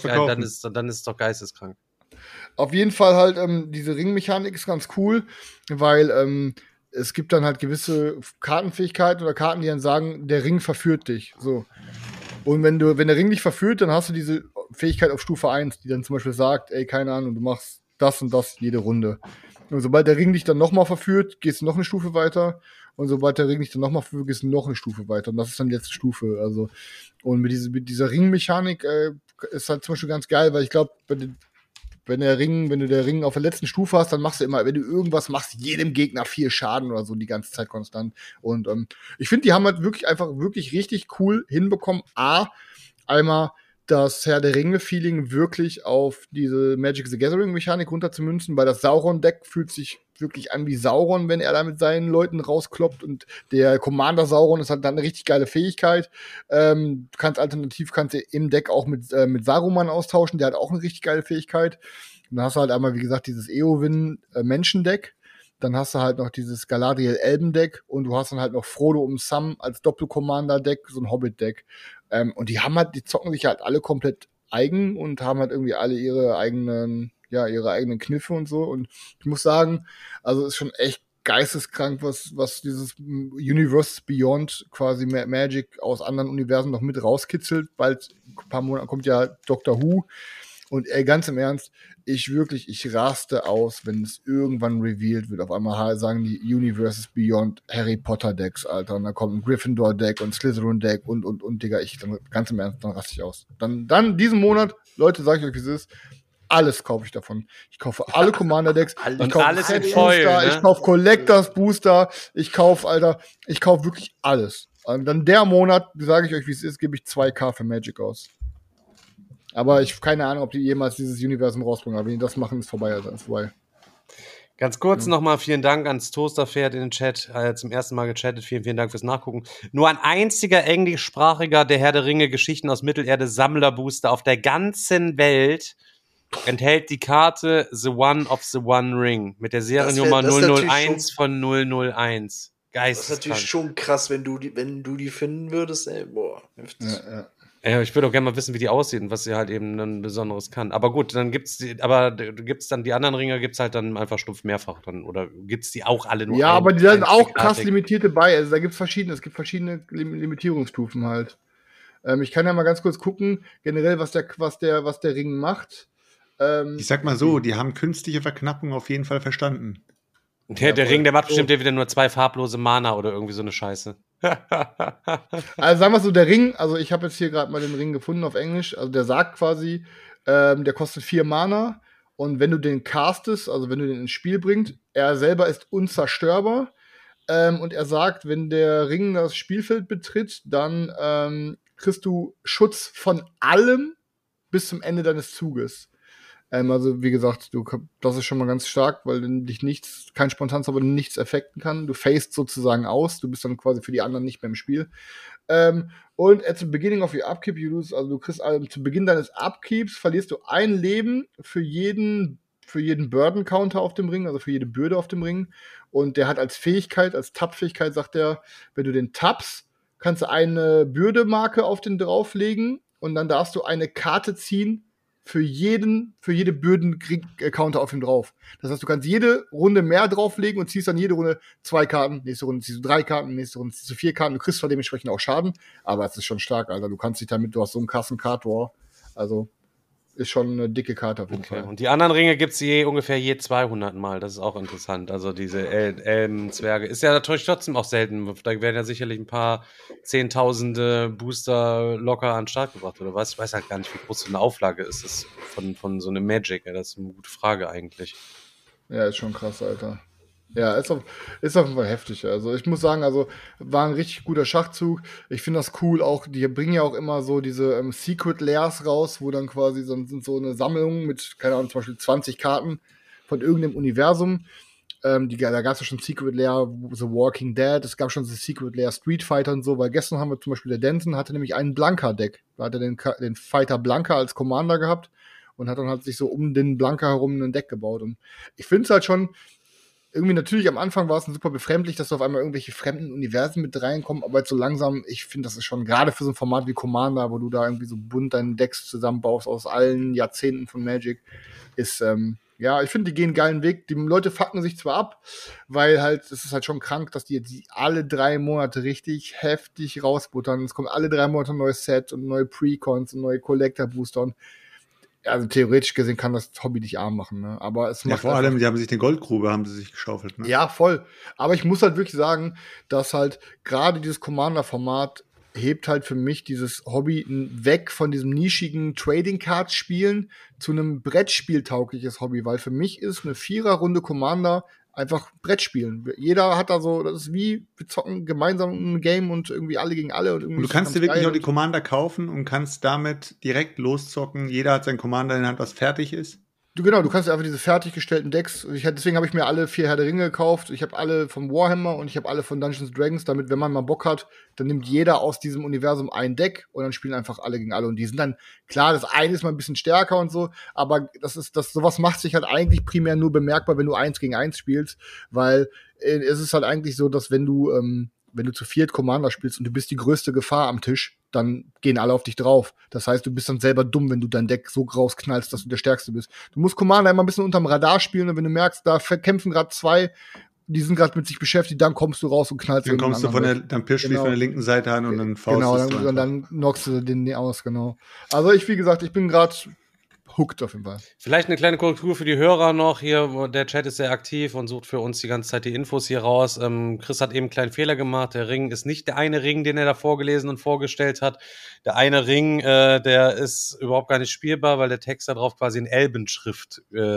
geisteskrank. Auf jeden Fall halt, diese Ringmechanik ist ganz cool, weil es gibt dann halt gewisse Kartenfähigkeiten oder Karten, die dann sagen, der Ring verführt dich. So. Und wenn der Ring dich verführt, dann hast du diese Fähigkeit auf Stufe 1, die dann zum Beispiel sagt, ey, keine Ahnung, du machst das und das jede Runde. Und sobald der Ring dich dann nochmal verführt, gehst du noch eine Stufe weiter. Und sobald der Ring dich dann nochmal verführt, gehst du noch eine Stufe weiter. Und das ist dann die letzte Stufe. Also, und mit dieser Ringmechanik ist halt zum Beispiel ganz geil, weil ich glaube, wenn du der Ring auf der letzten Stufe hast, dann machst du immer, wenn du irgendwas machst, jedem Gegner 4 Schaden oder so die ganze Zeit konstant. Und ich finde, die haben halt wirklich richtig cool hinbekommen. Einmal das Herr der Ringe-Feeling wirklich auf diese Magic the Gathering-Mechanik runterzumünzen, weil das Sauron-Deck fühlt sich wirklich an wie Sauron, wenn er da mit seinen Leuten rauskloppt, und der Commander Sauron ist halt dann eine richtig geile Fähigkeit. Du kannst im Deck auch mit Saruman austauschen, der hat auch eine richtig geile Fähigkeit. Und dann hast du halt einmal, wie gesagt, dieses Eowyn Menschen-Deck. Dann hast du halt noch dieses Galadriel Elben-Deck und du hast dann halt noch Frodo und Sam als Doppel-Commander-Deck, so ein Hobbit-Deck. Und die zocken sich halt alle komplett eigen und haben halt irgendwie alle ihre eigenen Kniffe und so. Und ich muss sagen, also ist schon echt geisteskrank, was dieses Universe Beyond quasi Magic aus anderen Universen noch mit rauskitzelt. Bald ein paar Monate kommt ja Doctor Who. Und ganz im Ernst, ich raste aus, wenn es irgendwann revealed wird. Auf einmal sagen die Universes Beyond Harry Potter Decks, Alter. Und dann kommt ein Gryffindor Deck und Slytherin Deck und Digga, ganz im Ernst, dann raste ich aus. Dann diesen Monat, Leute, sag ich euch, wie es ist, alles kaufe ich davon. Ich kaufe alle Commander Decks. Ich kaufe alles in Foil, ne? Ich kaufe Collectors Booster. Ich kaufe wirklich alles. Und dann der Monat, sage ich euch, wie es ist, gebe ich 2K für Magic aus. Aber ich habe keine Ahnung, ob die jemals dieses Universum rausbringen. Aber wenn die das machen, ist vorbei, also ist vorbei. Ganz kurz nochmal vielen Dank ans Toasterpferd in den Chat. Zum ersten Mal gechattet. Vielen Dank fürs Nachgucken. Nur ein einziger englischsprachiger der Herr der Ringe Geschichten aus Mittelerde Sammlerbooster auf der ganzen Welt enthält die Karte The One of the One Ring mit der Seriennummer 001 von 001. Geisteskrank. Das ist natürlich schon krass, wenn du die finden würdest. Ey, boah, heftig. Ja, ich würde auch gerne mal wissen, wie die aussehen und was sie halt eben ein Besonderes kann. Aber gut, dann gibt's die anderen Ringe gibt's halt dann einfach stumpf mehrfach dann, oder gibt's die auch alle nur? Ja, aber die sind auch krass limitierte bei. Also da gibt's verschiedene Limitierungsstufen halt. Ich kann ja mal ganz kurz gucken, generell was der Ring macht. Ich sag mal so, die haben künstliche Verknappung auf jeden Fall verstanden. Der Ring, der macht bestimmt wieder nur 2 farblose Mana oder irgendwie so eine Scheiße. Also sagen wir so, der Ring, also ich habe jetzt hier gerade mal den Ring gefunden auf Englisch, also der sagt quasi, der kostet 4 Mana und wenn du den castest, also wenn du den ins Spiel bringst, er selber ist unzerstörbar und er sagt, wenn der Ring das Spielfeld betritt, dann kriegst du Schutz von allem bis zum Ende deines Zuges. Also wie gesagt, das ist schon mal ganz stark, weil dich kein Spontanzauber nichts effekten kann. Du facest sozusagen aus, du bist dann quasi für die anderen nicht mehr im Spiel. Und at the beginning of your upkeep, also du kriegst zu Beginn deines Upkeeps verlierst du ein Leben für jeden Burden-Counter auf dem Ring, also für jede Bürde auf dem Ring. Und der hat als Tab-Fähigkeit, sagt er, wenn du den tappst, kannst du eine Bürdemarke auf den drauflegen und dann darfst du eine Karte ziehen für jede Bürden-Counter auf ihm drauf. Das heißt, du kannst jede Runde mehr drauflegen und ziehst dann jede Runde 2 Karten, nächste Runde ziehst du 3 Karten, nächste Runde ziehst du 4 Karten. Du kriegst zwar dementsprechend auch Schaden, aber es ist schon stark, Alter. Du kannst dich damit, du hast so einen krassen Card-Draw. Also ist schon eine dicke Karte auf jeden Fall. Und die anderen Ringe gibt's ungefähr je 200 Mal. Das ist auch interessant. Also diese Elben-Zwerge. Ist ja natürlich trotzdem auch selten. Da werden ja sicherlich ein paar Zehntausende Booster locker an den Start gebracht oder was. Ich weiß halt gar nicht, wie groß so eine Auflage ist. Das von so einem Magic. Ja, das ist eine gute Frage eigentlich. Ja, ist schon krass, Alter. Ja, ist auf jeden Fall heftig. Also ich muss sagen, war ein richtig guter Schachzug. Ich finde das cool. Auch die bringen ja auch immer so diese Secret Lairs raus, wo dann quasi so eine Sammlung mit, keine Ahnung, zum Beispiel 20 Karten von irgendeinem Universum. Da gab es ja schon Secret Lair The Walking Dead. Es gab schon so Secret Lair Street Fighter und so. Weil gestern haben wir zum Beispiel, der Denton hatte nämlich einen Blanka-Deck. Da hat er den Fighter Blanka als Commander gehabt und hat dann halt sich so um den Blanka herum ein Deck gebaut. Und ich finde es halt schon irgendwie, natürlich am Anfang war es super befremdlich, dass da auf einmal irgendwelche fremden Universen mit reinkommen, aber jetzt so langsam, ich finde, das ist schon gerade für so ein Format wie Commander, wo du da irgendwie so bunt deine Decks zusammenbaust aus allen Jahrzehnten von Magic, ist, ich finde, die gehen einen geilen Weg. Die Leute fucken sich zwar ab, weil halt, es ist halt schon krank, dass die jetzt alle 3 Monate richtig heftig rausbuttern. Es kommt alle 3 Monate ein neues Set und neue Precons und neue Collector-Booster und also theoretisch gesehen kann das Hobby dich arm machen, ne? Aber es macht vor allem, die haben sich eine Goldgrube, geschaufelt, ne? Ja, voll. Aber ich muss halt wirklich sagen, dass halt gerade dieses Commander-Format hebt halt für mich dieses Hobby weg von diesem nischigen Trading-Cards-Spielen zu einem Brettspiel-taugliches Hobby, weil für mich ist eine 4er-Runde Commander einfach Brettspielen. Jeder hat da so, das ist wie, wir zocken gemeinsam ein Game und irgendwie alle gegen alle. Und du kannst dir wirklich auch die Commander kaufen und kannst damit direkt loszocken. Jeder hat seinen Commander in der Hand, was fertig ist. Du kannst einfach diese fertiggestellten Decks, deswegen habe ich mir alle 4 Herr der Ringe gekauft, ich habe alle vom Warhammer und ich habe alle von Dungeons & Dragons, damit, wenn man mal Bock hat, dann nimmt jeder aus diesem Universum ein Deck und dann spielen einfach alle gegen alle und die sind dann, klar, das eine ist mal ein bisschen stärker und so, aber sowas macht sich halt eigentlich primär nur bemerkbar, wenn du 1 gegen 1 spielst, weil es ist halt eigentlich so, dass wenn du zu 4 Commander spielst und du bist die größte Gefahr am Tisch, dann gehen alle auf dich drauf. Das heißt, du bist dann selber dumm, wenn du dein Deck so rausknallst, dass du der Stärkste bist. Du musst Commander immer ein bisschen unterm Radar spielen und wenn du merkst, da kämpfen gerade 2, die sind gerade mit sich beschäftigt, dann kommst du raus und knallst. Dann kommst du dann pirschst du von der linken Seite an und dann faust du. Genau, dann knockst du den aus, genau. Also wie gesagt, ich bin gerade hooked auf jeden Fall. Vielleicht eine kleine Korrektur für die Hörer noch hier. Der Chat ist sehr aktiv und sucht für uns die ganze Zeit die Infos hier raus. Chris hat eben einen kleinen Fehler gemacht. Der Ring ist nicht der eine Ring, den er da vorgelesen und vorgestellt hat. Der eine Ring, der ist überhaupt gar nicht spielbar, weil der Text da drauf quasi in Elbenschrift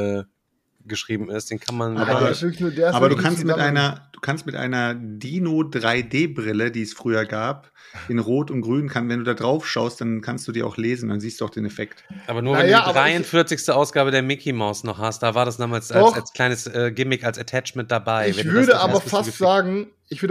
geschrieben ist. Den kann man. Aber du kannst mit einer Dino 3D-Brille, die es früher gab, in Rot und Grün, wenn du da drauf schaust, dann kannst du die auch lesen, dann siehst du auch den Effekt. Aber nur wenn du die 43. Ausgabe der Mickey Mouse noch hast, da war das damals als kleines Gimmick, als Attachment dabei. Ich würde aber fast sagen,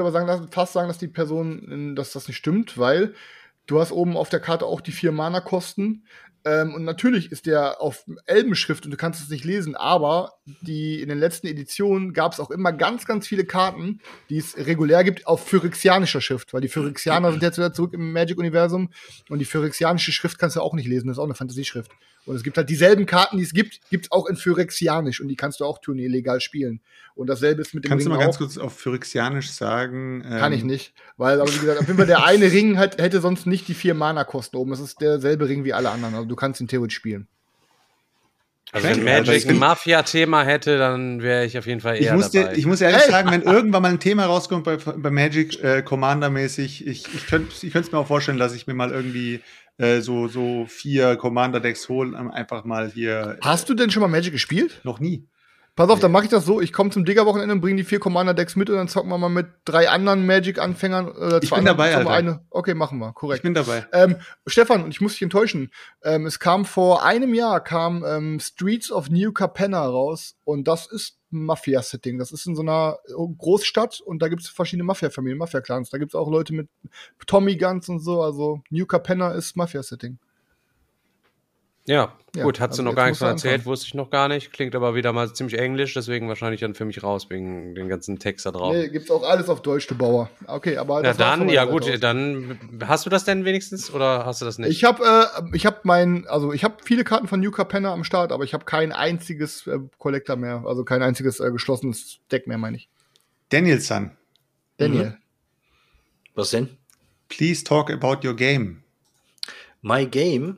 dass die Person, dass das nicht stimmt, weil du hast oben auf der Karte auch die 4 Mana-Kosten. Und natürlich ist der auf Elbenschrift und du kannst es nicht lesen, aber in den letzten Editionen gab es auch immer ganz, ganz viele Karten, die es regulär gibt, auf phyrexianischer Schrift, weil die Phyrexianer sind jetzt wieder zurück im Magic-Universum und die phyrexianische Schrift kannst du auch nicht lesen, das ist auch eine Fantasieschrift. Und es gibt halt dieselben Karten, die es gibt es auch in Phyrexianisch und die kannst du auch turnierlegal spielen. Und dasselbe ist mit dem Ring. Kannst du mal ganz kurz auf Phyrexianisch sagen? Kann ich nicht, weil, aber wie gesagt, auf jeden Fall der eine Ring hätte sonst nicht die 4 Mana-Kosten oben. Das ist derselbe Ring wie alle anderen, also du kannst ihn theoretisch spielen. Also wenn Schrecklich, Magic aber ein Mafia-Thema hätte, dann wäre ich auf jeden Fall Ich eher muss, dabei. ich muss ehrlich sagen, wenn irgendwann mal ein Thema rauskommt bei Magic Commander-mäßig, ich könnte es mir auch vorstellen, dass ich mir mal irgendwie so 4 Commander-Decks hole, einfach mal hier. Hast du denn schon mal Magic gespielt? Noch nie. Pass auf, dann mache ich das so, ich komme zum Digger-Wochenende und bringe die 4 Commander-Decks mit und dann zocken wir mal mit 3 anderen Magic-Anfängern. Ich bin dabei, zocken wir Alter. Okay, machen wir, korrekt. Ich bin dabei. Stefan, ich muss dich enttäuschen. Es kam vor einem Jahr Streets of New Capenna raus und das ist ein Mafia-Setting. Das ist in so einer Großstadt und da gibt es verschiedene Mafia-Familien, Mafia-Clans. Da gibt es auch Leute mit Tommy Guns und so. Also New Capenna ist Mafia-Setting. Ja, Ja, gut, hat sie also noch jetzt gar musst nichts du von erzählt, anfangen. wusste ich noch gar nicht. Klingt aber wieder mal ziemlich englisch, deswegen wahrscheinlich dann für mich raus, wegen den ganzen Text da drauf. Nee, gibt's auch alles auf Deutsch, du Bauer. Okay, aber Ja, das war's von dann, meiner ja Seite gut, aus. dann hast du das denn wenigstens oder hast du das nicht? Ich habe viele Karten von New Capenna am Start, aber ich habe kein einziges Collector mehr, also kein einziges geschlossenes Deck mehr, meine ich. Danielson, Daniel. Was denn? please talk about your game. My Game,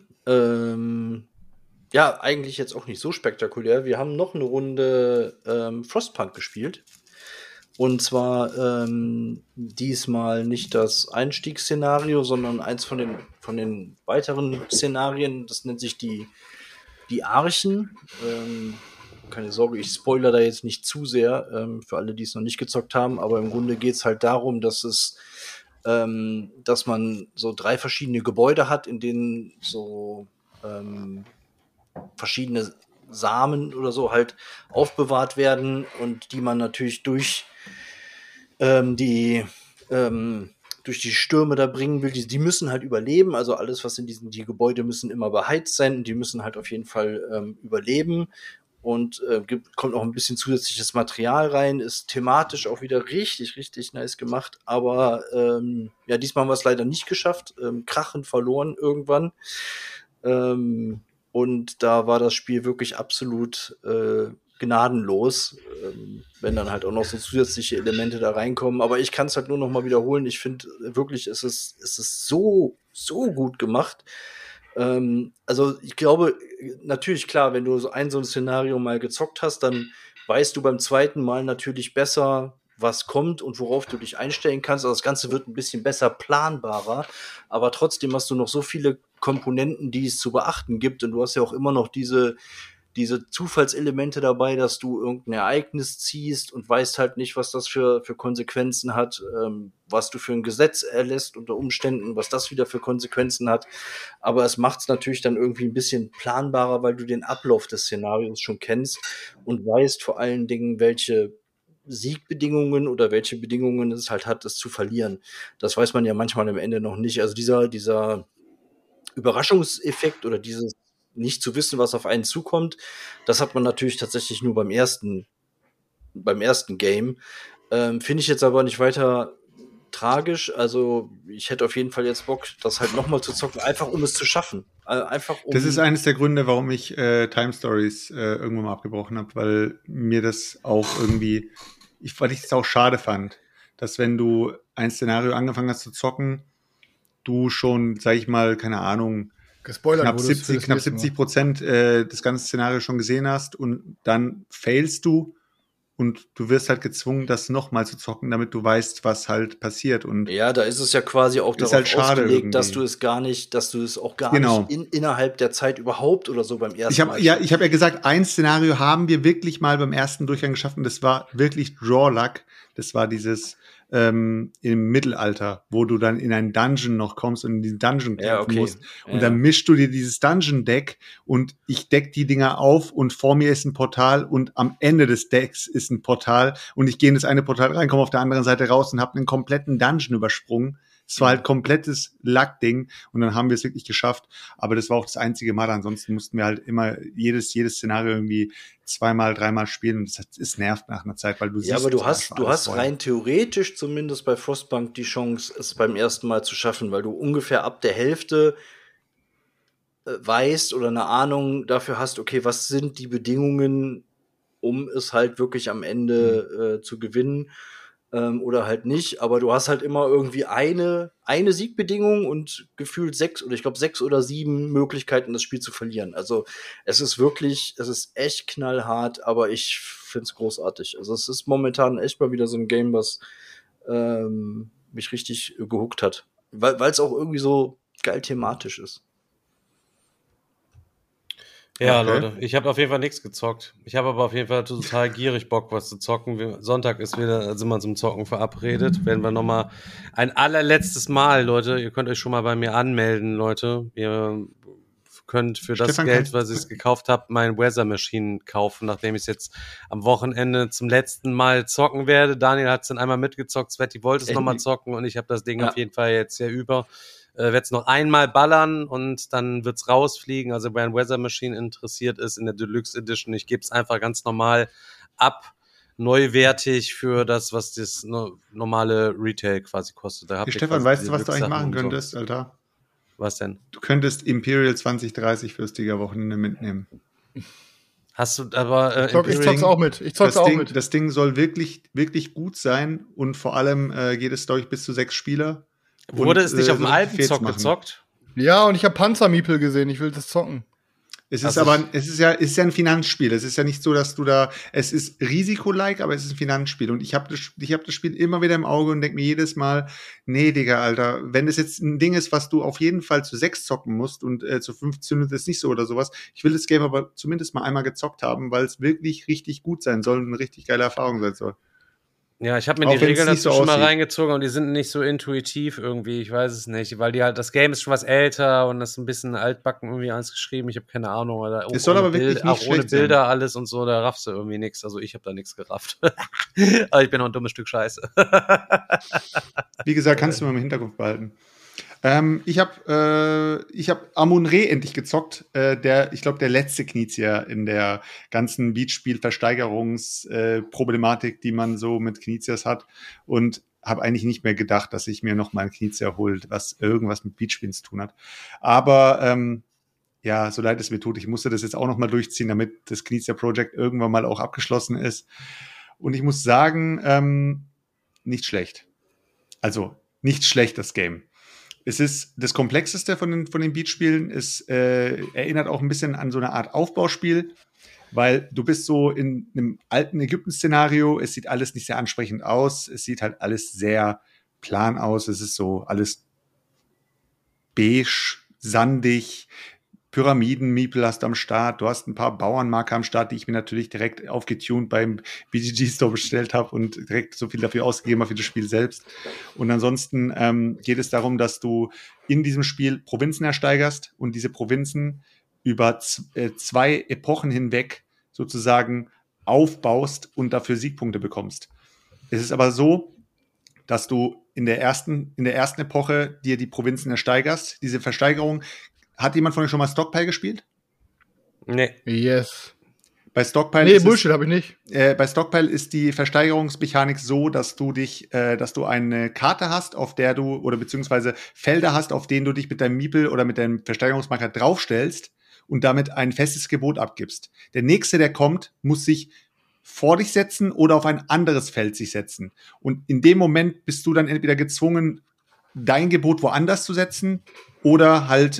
ja, eigentlich jetzt auch nicht so spektakulär. Wir haben noch eine Runde Frostpunk gespielt. Und zwar diesmal nicht das Einstiegsszenario, sondern eins von den weiteren Szenarien. Das nennt sich die Archen. Keine Sorge, ich spoilere da jetzt nicht zu sehr für alle, die es noch nicht gezockt haben. Aber im Grunde geht es halt darum, dass man so 3 verschiedene Gebäude hat, in denen so verschiedene Samen oder so halt aufbewahrt werden und die man natürlich durch die Stürme da bringen will. Die müssen halt überleben, also alles, was in die Gebäude müssen immer beheizt sein und die müssen halt auf jeden Fall überleben. Und kommt auch ein bisschen zusätzliches Material rein, ist thematisch auch wieder richtig, richtig nice gemacht. Aber ja, diesmal haben wir es leider nicht geschafft, krachend verloren irgendwann. Und da war das Spiel wirklich absolut gnadenlos, wenn dann halt auch noch so zusätzliche Elemente da reinkommen. Aber ich kann es halt nur noch mal wiederholen. Ich finde wirklich, es ist so gut gemacht. Also ich glaube, natürlich klar, wenn du so ein Szenario mal gezockt hast, dann weißt du beim zweiten Mal natürlich besser, was kommt und worauf du dich einstellen kannst. Also das Ganze wird ein bisschen besser planbarer, aber trotzdem hast du noch so viele Komponenten, die es zu beachten gibt und du hast ja auch immer noch diese Zufallselemente dabei, dass du irgendein Ereignis ziehst und weißt halt nicht, was das für Konsequenzen hat, was du für ein Gesetz erlässt unter Umständen, was das wieder für Konsequenzen hat. Aber es macht es natürlich dann irgendwie ein bisschen planbarer, weil du den Ablauf des Szenarios schon kennst und weißt vor allen Dingen, welche Siegbedingungen oder welche Bedingungen es halt hat, es zu verlieren. Das weiß man ja manchmal am Ende noch nicht. Also dieser Überraschungseffekt oder dieses nicht zu wissen, was auf einen zukommt, das hat man natürlich tatsächlich nur beim ersten Game. Finde ich jetzt aber nicht weiter tragisch. Also ich hätte auf jeden Fall jetzt Bock, das halt nochmal zu zocken, einfach um es zu schaffen. Einfach um Das ist eines der Gründe, warum ich Time Stories irgendwann mal abgebrochen habe, weil mir das auch irgendwie, weil ich das auch schade fand, dass wenn du ein Szenario angefangen hast zu zocken, du schon, sag ich mal, keine Ahnung, Gespoilert knapp wurdest für das 70% des ganzen Szenarios schon gesehen hast und dann failst du und du wirst halt gezwungen, das nochmal zu zocken, damit du weißt, was halt passiert. Und ja, da ist es ja quasi auch ist darauf halt schade ausgelegt, irgendwie. dass du es auch gar Genau. nicht innerhalb der Zeit überhaupt oder so beim ersten Ich habe Mal. ja gesagt, ein Szenario haben wir wirklich mal beim ersten Durchgang geschafft und das war wirklich Draw Luck. Das war dieses im Mittelalter, wo du dann in einen Dungeon noch kommst und in diesen Dungeon kämpfen Ja, okay. musst. Und Ja. dann mischst du dir dieses Dungeon-Deck und ich deck die Dinger auf und vor mir ist ein Portal und am Ende des Decks ist ein Portal und ich gehe in das eine Portal rein, komme auf der anderen Seite raus und habe einen kompletten Dungeon übersprungen. Es war halt komplettes Luck-Ding und dann haben wir es wirklich geschafft. Aber das war auch das einzige Mal. Ansonsten mussten wir halt immer jedes Szenario irgendwie 2-mal, 3-mal spielen und es nervt nach einer Zeit, weil du siehst. Ja, aber du das hast schon alles vorher. rein theoretisch zumindest bei Frostpunk die Chance, es beim ersten Mal zu schaffen, weil du ungefähr ab der Hälfte weißt oder eine Ahnung dafür hast, okay, was sind die Bedingungen, um es halt wirklich am Ende zu gewinnen. oder halt nicht, aber du hast halt immer irgendwie eine Siegbedingung und gefühlt 6 oder 7 Möglichkeiten, das Spiel zu verlieren. Also es ist echt knallhart, aber ich find's großartig. Also es ist momentan echt mal wieder so ein Game, was mich richtig gehuckt hat. Weil es auch irgendwie so geil thematisch ist. Ja, Okay. Leute, ich habe auf jeden Fall nichts gezockt. Ich habe aber auf jeden Fall total gierig Bock, was zu zocken. Sonntag sind wir zum Zocken verabredet. Werden wir nochmal ein allerletztes Mal, Leute, ihr könnt euch schon mal bei mir anmelden, Leute. Ihr könnt für das Stefan, Geld, was ich gekauft habe, mein Weather Machine kaufen, nachdem ich es jetzt am Wochenende zum letzten Mal zocken werde. Daniel hat es dann einmal mitgezockt, Sveti wollte es Echt? nochmal zocken und ich habe das Ding Ja. auf jeden Fall jetzt hier über. Werde es noch einmal ballern und dann wird's rausfliegen. Also wer ein Weather Machine interessiert ist in der Deluxe Edition, ich gebe es einfach ganz normal ab, neuwertig für das, was das normale Retail quasi kostet. Da habt ihr Stefan, quasi weißt die du, was du eigentlich Deluxe-Sachen machen und so. könntest, Alter? Was denn? Du könntest Imperial 2030 fürs Tiger-Wochenende mitnehmen. Hast du aber Ich zock's auch mit. Das Ding soll wirklich, wirklich gut sein und vor allem geht es, glaube ich, bis zu 6 Spieler. Wurde Und, es nicht auf dem so alten Fets Zock machen. gezockt? Ja, und ich habe Panzermiepel gesehen. Ich will das zocken. Es Also ist aber, es ist ja ein Finanzspiel. Es ist ja nicht so, dass du da, es ist Risiko-like, aber es ist ein Finanzspiel. Und ich habe das Spiel immer wieder im Auge und denke mir jedes Mal, nee, Digga, Alter, wenn es jetzt ein Ding ist, was du auf jeden Fall zu 6 zocken musst und zu 15 ist es nicht so oder sowas. Ich will das Game aber zumindest mal einmal gezockt haben, weil es wirklich richtig gut sein soll und eine richtig geile Erfahrung sein soll. Ja, ich habe mir Auch die wenn's Regeln nicht dazu so schon mal aussieht. reingezogen und die sind nicht so intuitiv irgendwie, ich weiß es nicht, weil die halt, das Game ist schon was älter und das ist ein bisschen altbacken irgendwie alles geschrieben, ich habe keine Ahnung. Oder Es soll aber wirklich nicht auch ohne schlecht sein. Bilder alles und so, da raffst du irgendwie nichts, also ich habe da nichts gerafft. Aber ich bin noch ein dummes Stück Scheiße. Wie gesagt, kannst du mal im Hinterkopf behalten. Ich habe Amun-Re endlich gezockt. Ich glaube, der letzte Knizia in der ganzen Beatspiel-Versteigerungsproblematik, die man so mit Knizias hat. Und habe eigentlich nicht mehr gedacht, dass ich mir noch mal ein Knizia holt, was irgendwas mit Beatspielen zu tun hat. Aber ja, so leid es mir tut, ich musste das jetzt auch noch mal durchziehen, damit das Knizia-Project irgendwann mal auch abgeschlossen ist. Und ich muss sagen, nicht schlecht. Also, nicht schlecht, das Game. Es ist das komplexeste von den Beatspielen. Es erinnert auch ein bisschen an so eine Art Aufbauspiel, weil du bist so in einem alten Ägypten-Szenario. Es sieht alles nicht sehr ansprechend aus. Es sieht halt alles sehr plan aus. Es ist so alles beige, sandig. Pyramiden-Miepel hast du am Start. Du hast ein paar Bauernmarker am Start, die ich mir natürlich direkt aufgetunt beim BGG-Store bestellt habe und direkt so viel dafür ausgegeben habe für das Spiel selbst. Und ansonsten geht es darum, dass du in diesem Spiel Provinzen ersteigerst und diese Provinzen über 2 Epochen hinweg sozusagen aufbaust und dafür Siegpunkte bekommst. Es ist aber so, dass du in der ersten Epoche dir die Provinzen ersteigerst. Diese Versteigerung. Hat jemand von euch schon mal Stockpile gespielt? Nee. Yes. Bei Stockpile Nee, Bullshit habe ich nicht. Bei Stockpile ist die Versteigerungsmechanik so, dass du eine Karte hast, auf der du, oder beziehungsweise Felder hast, auf denen du dich mit deinem Miepel oder mit deinem Versteigerungsmarker draufstellst und damit ein festes Gebot abgibst. Der nächste, der kommt, muss sich vor dich setzen oder auf ein anderes Feld sich setzen. Und in dem Moment bist du dann entweder gezwungen, dein Gebot woanders zu setzen oder halt,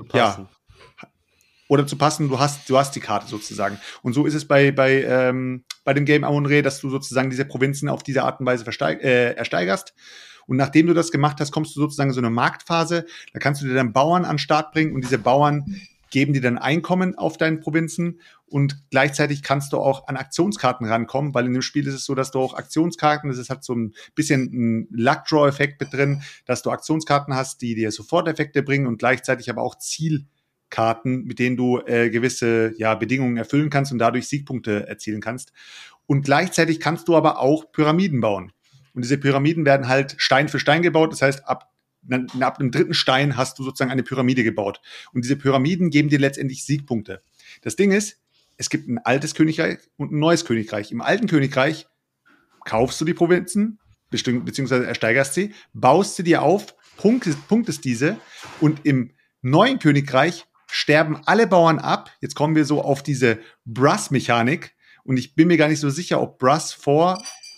oder zu passen, du hast die Karte sozusagen. Und so ist es bei dem Game Amun-Re, dass du sozusagen diese Provinzen auf diese Art und Weise ersteigerst. Und nachdem du das gemacht hast, kommst du sozusagen in so eine Marktphase. Da kannst du dir dann Bauern an den Start bringen und diese Bauern geben dir dann Einkommen auf deinen Provinzen und gleichzeitig kannst du auch an Aktionskarten rankommen, weil in dem Spiel ist es so, dass du auch Aktionskarten, das hat so ein bisschen einen Luck-Draw-Effekt mit drin, dass du Aktionskarten hast, die dir Soforteffekte bringen und gleichzeitig aber auch Zielkarten, mit denen du gewisse Bedingungen erfüllen kannst und dadurch Siegpunkte erzielen kannst. Und gleichzeitig kannst du aber auch Pyramiden bauen. Und diese Pyramiden werden halt Stein für Stein gebaut, das heißt, ab einem 3. Stein hast du sozusagen eine Pyramide gebaut. Und diese Pyramiden geben dir letztendlich Siegpunkte. Das Ding ist, es gibt ein altes Königreich und ein neues Königreich. Im alten Königreich kaufst du die Provinzen, beziehungsweise ersteigerst sie, baust sie dir auf, punktest diese und im neuen Königreich sterben alle Bauern ab. Jetzt kommen wir so auf diese Brass-Mechanik und ich bin mir gar nicht so sicher, ob Brass vor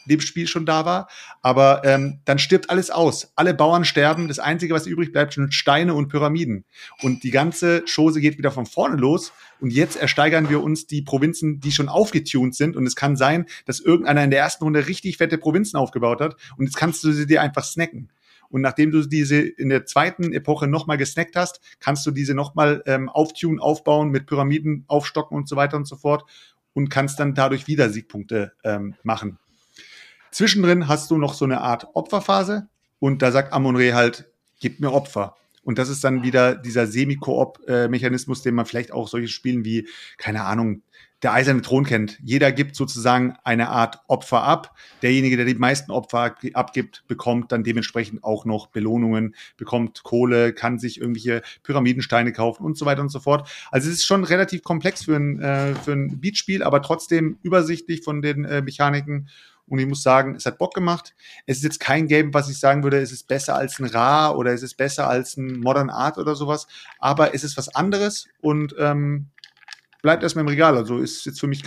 dem Spiel schon da war. Aber dann stirbt alles aus. Alle Bauern sterben. Das Einzige, was übrig bleibt, sind Steine und Pyramiden. Und die ganze Chose geht wieder von vorne los. Und jetzt ersteigern wir uns die Provinzen, die schon aufgetunt sind. Und es kann sein, dass irgendeiner in der ersten Runde richtig fette Provinzen aufgebaut hat. Und jetzt kannst du sie dir einfach snacken. Und nachdem du diese in der zweiten Epoche nochmal gesnackt hast, kannst du diese nochmal auftunen, aufbauen, mit Pyramiden aufstocken und so weiter und so fort und kannst dann dadurch wieder Siegpunkte machen. Zwischendrin hast du noch so eine Art Opferphase und da sagt Amun-Re halt, gib mir Opfer. Und das ist dann wieder dieser Semi-Koop-Mechanismus, den man vielleicht auch solche Spielen wie, keine Ahnung, der Eiserne Thron kennt. Jeder gibt sozusagen eine Art Opfer ab. Derjenige, der die meisten Opfer abgibt, bekommt dann dementsprechend auch noch Belohnungen, bekommt Kohle, kann sich irgendwelche Pyramidensteine kaufen und so weiter und so fort. Also es ist schon relativ komplex für ein Beatspiel, aber trotzdem übersichtlich von den Mechaniken. Und ich muss sagen, es hat Bock gemacht. Es ist jetzt kein Game, was ich sagen würde, es ist besser als ein Ra oder es ist besser als ein Modern Art oder sowas. Aber es ist was anderes und bleibt erstmal im Regal. Also ist jetzt für mich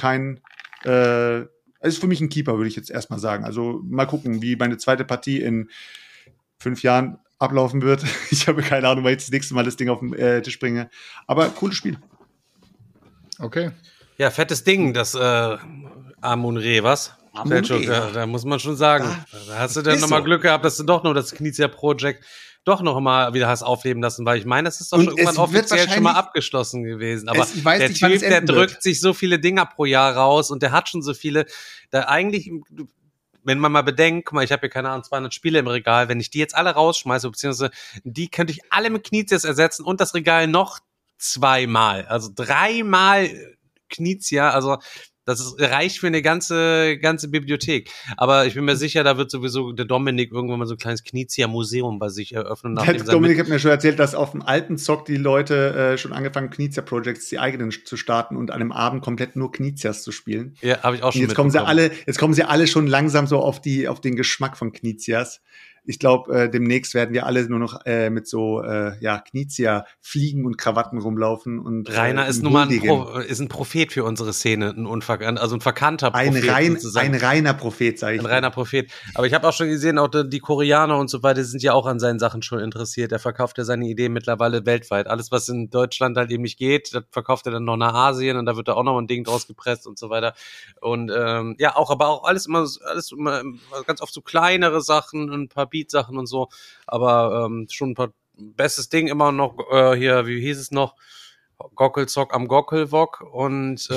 es ist für mich ein Keeper, würde ich jetzt erstmal sagen. Also mal gucken, wie meine zweite Partie in 5 Jahren ablaufen wird. Ich habe keine Ahnung, weil ich das nächste Mal das Ding auf den Tisch bringe. Aber cooles Spiel. Okay. Ja, fettes Ding, das Amun-Re, was? Amun-Re. Da muss man schon sagen. Da hast du dann nochmal Glück gehabt, dass du doch noch das Knizia Project doch noch mal wieder hast aufleben lassen, weil ich meine, das ist doch schon irgendwann offiziell schon mal abgeschlossen gewesen. Aber der Typ, der drückt sich so viele Dinger pro Jahr raus und der hat schon so viele, da eigentlich, wenn man mal bedenkt, guck mal, ich habe hier keine Ahnung, 200 Spiele im Regal, wenn ich die jetzt alle rausschmeiße, beziehungsweise die könnte ich alle mit Knizias ersetzen und das Regal noch 2-mal, also 3-mal Knizia, also das reicht für eine ganze Bibliothek. Aber ich bin mir sicher, da wird sowieso der Dominik irgendwann mal so ein kleines Knizia-Museum bei sich eröffnen. Der Dominik hat mir schon erzählt, dass auf dem alten Zock die Leute schon angefangen, Knizia-Projects, die eigenen zu starten und an einem Abend komplett nur Knizias zu spielen. Ja, habe ich auch schon und jetzt kommen sie alle schon langsam so auf den Geschmack von Knizias. Ich glaube, demnächst werden wir alle nur noch mit so Knizia-Fliegen und Krawatten rumlaufen. Und Rainer ist nun mal ein Prophet für unsere Szene, ein verkannter Prophet. Ein reiner Prophet, sage ich. Ein reiner Prophet. Aber ich habe auch schon gesehen, auch die Koreaner und so weiter sind ja auch an seinen Sachen schon interessiert. Er verkauft ja seine Ideen mittlerweile weltweit. Alles, was in Deutschland halt eben nicht geht, das verkauft er dann noch nach Asien und da wird da auch noch ein Ding draus gepresst und so weiter. Und aber auch alles immer ganz oft so kleinere Sachen, ein paar Beat-Sachen und so, aber schon ein paar bestes Ding immer noch hier, wie hieß es noch? Gockelzock am Gockelwok und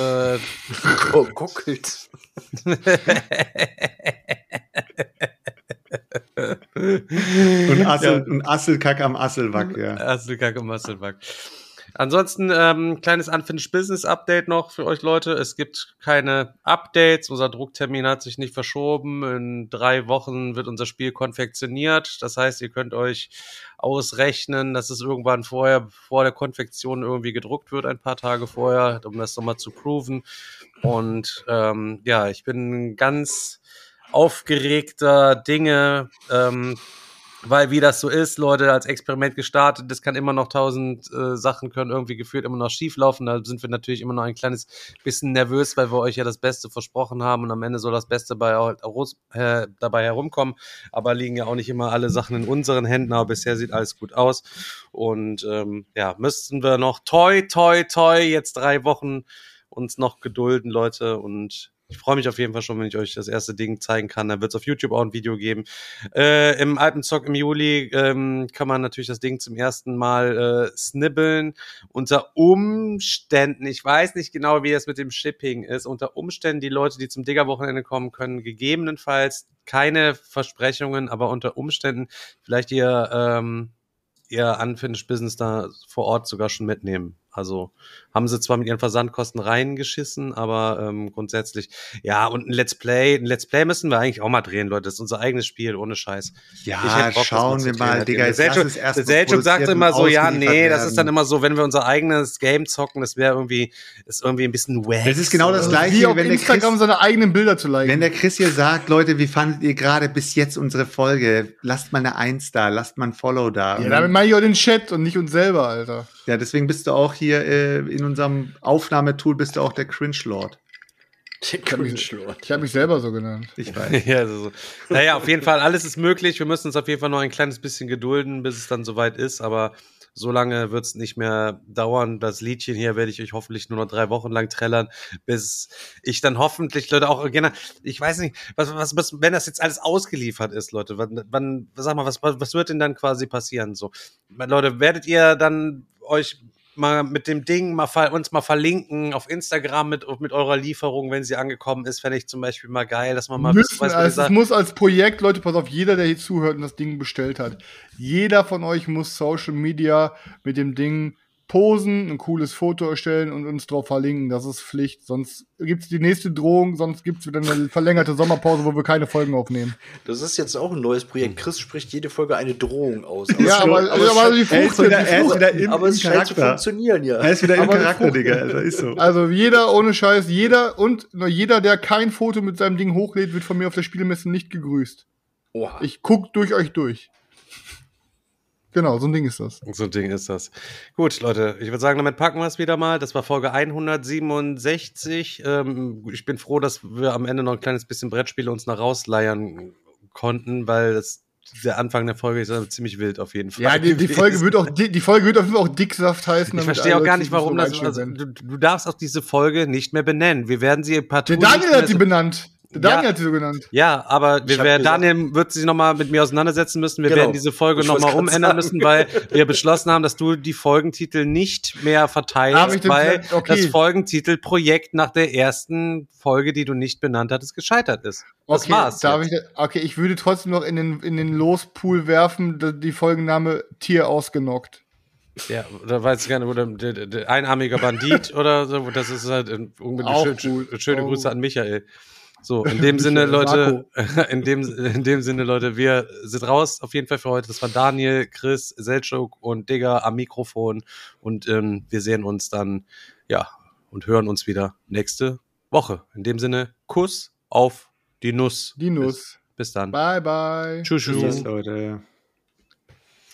Gockelt. und Asselkack am Asselwack, ja. Asselkack am Asselwack. Ansonsten kleines Unfinished Business Update noch für euch Leute. Es gibt keine Updates. Unser Drucktermin hat sich nicht verschoben. In 3 Wochen wird unser Spiel konfektioniert. Das heißt, ihr könnt euch ausrechnen, dass es irgendwann vor der Konfektion irgendwie gedruckt wird, ein paar Tage vorher, um das nochmal zu proven. Und ich bin ganz aufgeregter Dinge, weil wie das so ist, Leute, als Experiment gestartet, das kann immer noch 1000 Sachen können irgendwie gefühlt immer noch schief laufen. Da sind wir natürlich immer noch ein kleines bisschen nervös, weil wir euch ja das Beste versprochen haben und am Ende soll das Beste dabei herumkommen. Aber liegen ja auch nicht immer alle Sachen in unseren Händen, aber bisher sieht alles gut aus. Und müssten wir noch toi jetzt 3 Wochen uns noch gedulden, Leute, und ich freue mich auf jeden Fall schon, wenn ich euch das erste Ding zeigen kann. Da wird es auf YouTube auch ein Video geben. Im Alpenzock im Juli kann man natürlich das Ding zum ersten Mal snibbeln. Unter Umständen, ich weiß nicht genau, wie das mit dem Shipping ist, unter Umständen die Leute, die zum Digger-Wochenende kommen, können gegebenenfalls keine Versprechungen, aber unter Umständen vielleicht ihr Unfinished Business da vor Ort sogar schon mitnehmen. Also haben sie zwar mit ihren Versandkosten reingeschissen, aber grundsätzlich, ja, und ein Let's Play müssen wir eigentlich auch mal drehen, Leute. Das ist unser eigenes Spiel, ohne Scheiß. Ja, Bock, schauen wir mal, Digga. Der Selchuk sagt immer so, ja, nee, das ist dann immer so, wenn wir unser eigenes Game zocken, das wäre irgendwie ein bisschen wack. Das ist genau das Gleiche, wie auf Instagram seine eigenen Bilder zu liken. Wenn der Chris hier sagt, Leute, wie fandet ihr gerade bis jetzt unsere Folge? Lasst mal eine 1 da, lasst mal ein Follow da. Ja, damit meine ich auch den Chat und nicht uns selber, Alter. Ja, deswegen bist du auch hier in unserem Aufnahmetool bist du auch der Cringe-Lord. Der Cringe-Lord. Ich habe mich selber so genannt. Ich weiß. Ja, also, naja, auf jeden Fall, alles ist möglich. Wir müssen uns auf jeden Fall noch ein kleines bisschen gedulden, bis es dann soweit ist. Aber so lange wird es nicht mehr dauern. Das Liedchen hier werde ich euch hoffentlich nur noch 3 Wochen lang trällern, bis ich dann hoffentlich, Leute, auch gerne, ich weiß nicht, was, wenn das jetzt alles ausgeliefert ist, Leute, sag mal, was wird denn dann quasi passieren? So, Leute, werdet ihr dann euch mal mit dem Ding uns mal verlinken auf Instagram mit eurer Lieferung, wenn sie angekommen ist, fände ich zum Beispiel mal geil, dass man mal es muss als Projekt, Leute, pass auf, jeder, der hier zuhört und das Ding bestellt hat, jeder von euch muss Social Media mit dem Ding posen, ein cooles Foto erstellen und uns drauf verlinken. Das ist Pflicht. Sonst gibt's die nächste Drohung, sonst gibt's wieder eine verlängerte Sommerpause, wo wir keine Folgen aufnehmen. Das ist jetzt auch ein neues Projekt. Chris spricht jede Folge eine Drohung aus. Ja, aber die Frucht aber es scheint zu funktionieren, ja. Er ist wieder im Charakter, Digga. Alter, ist so. Also jeder, ohne Scheiß, nur jeder, der kein Foto mit seinem Ding hochlädt, wird von mir auf der Spielemesse nicht gegrüßt. Oha. Ich guck durch euch durch. Genau, so ein Ding ist das. So ein Ding ist das. Gut, Leute, ich würde sagen, damit packen wir es wieder mal. Das war Folge 167. Ich bin froh, dass wir am Ende noch ein kleines bisschen Brettspiele uns noch rausleiern konnten, weil der Anfang der Folge ist ziemlich wild auf jeden Fall. Ja, die Folge wird auf jeden Fall auch Dicksaft heißen. Ich verstehe auch gar nicht, warum das. Also, du darfst auch diese Folge nicht mehr benennen. Wir werden sie partout. Der Daniel hat sie benannt. Daniel hat sie so genannt. Ja, aber Daniel wird sich nochmal mit mir auseinandersetzen müssen. Wir werden diese Folge nochmal umändern müssen, weil wir beschlossen haben, dass du die Folgentitel nicht mehr verteilst, weil das Folgentitelprojekt nach der ersten Folge, die du nicht benannt hattest, gescheitert ist. Das war's. Ich würde trotzdem noch in den Lospool werfen, die Folgenname Tier ausgenockt. Ja, oder weiß ich gerne, oder der einarmiger Bandit oder so, das ist halt schöne Grüße an Michael. So, in dem Sinne, Leute, in dem Sinne, Leute, wir sind raus auf jeden Fall für heute. Das war Daniel, Chris, Selçuk und Digga am Mikrofon und wir sehen uns dann, und hören uns wieder nächste Woche. In dem Sinne, Kuss auf die Nuss. Die Nuss. Bis dann. Bye, bye. Tschüss, Tschüss, Leute.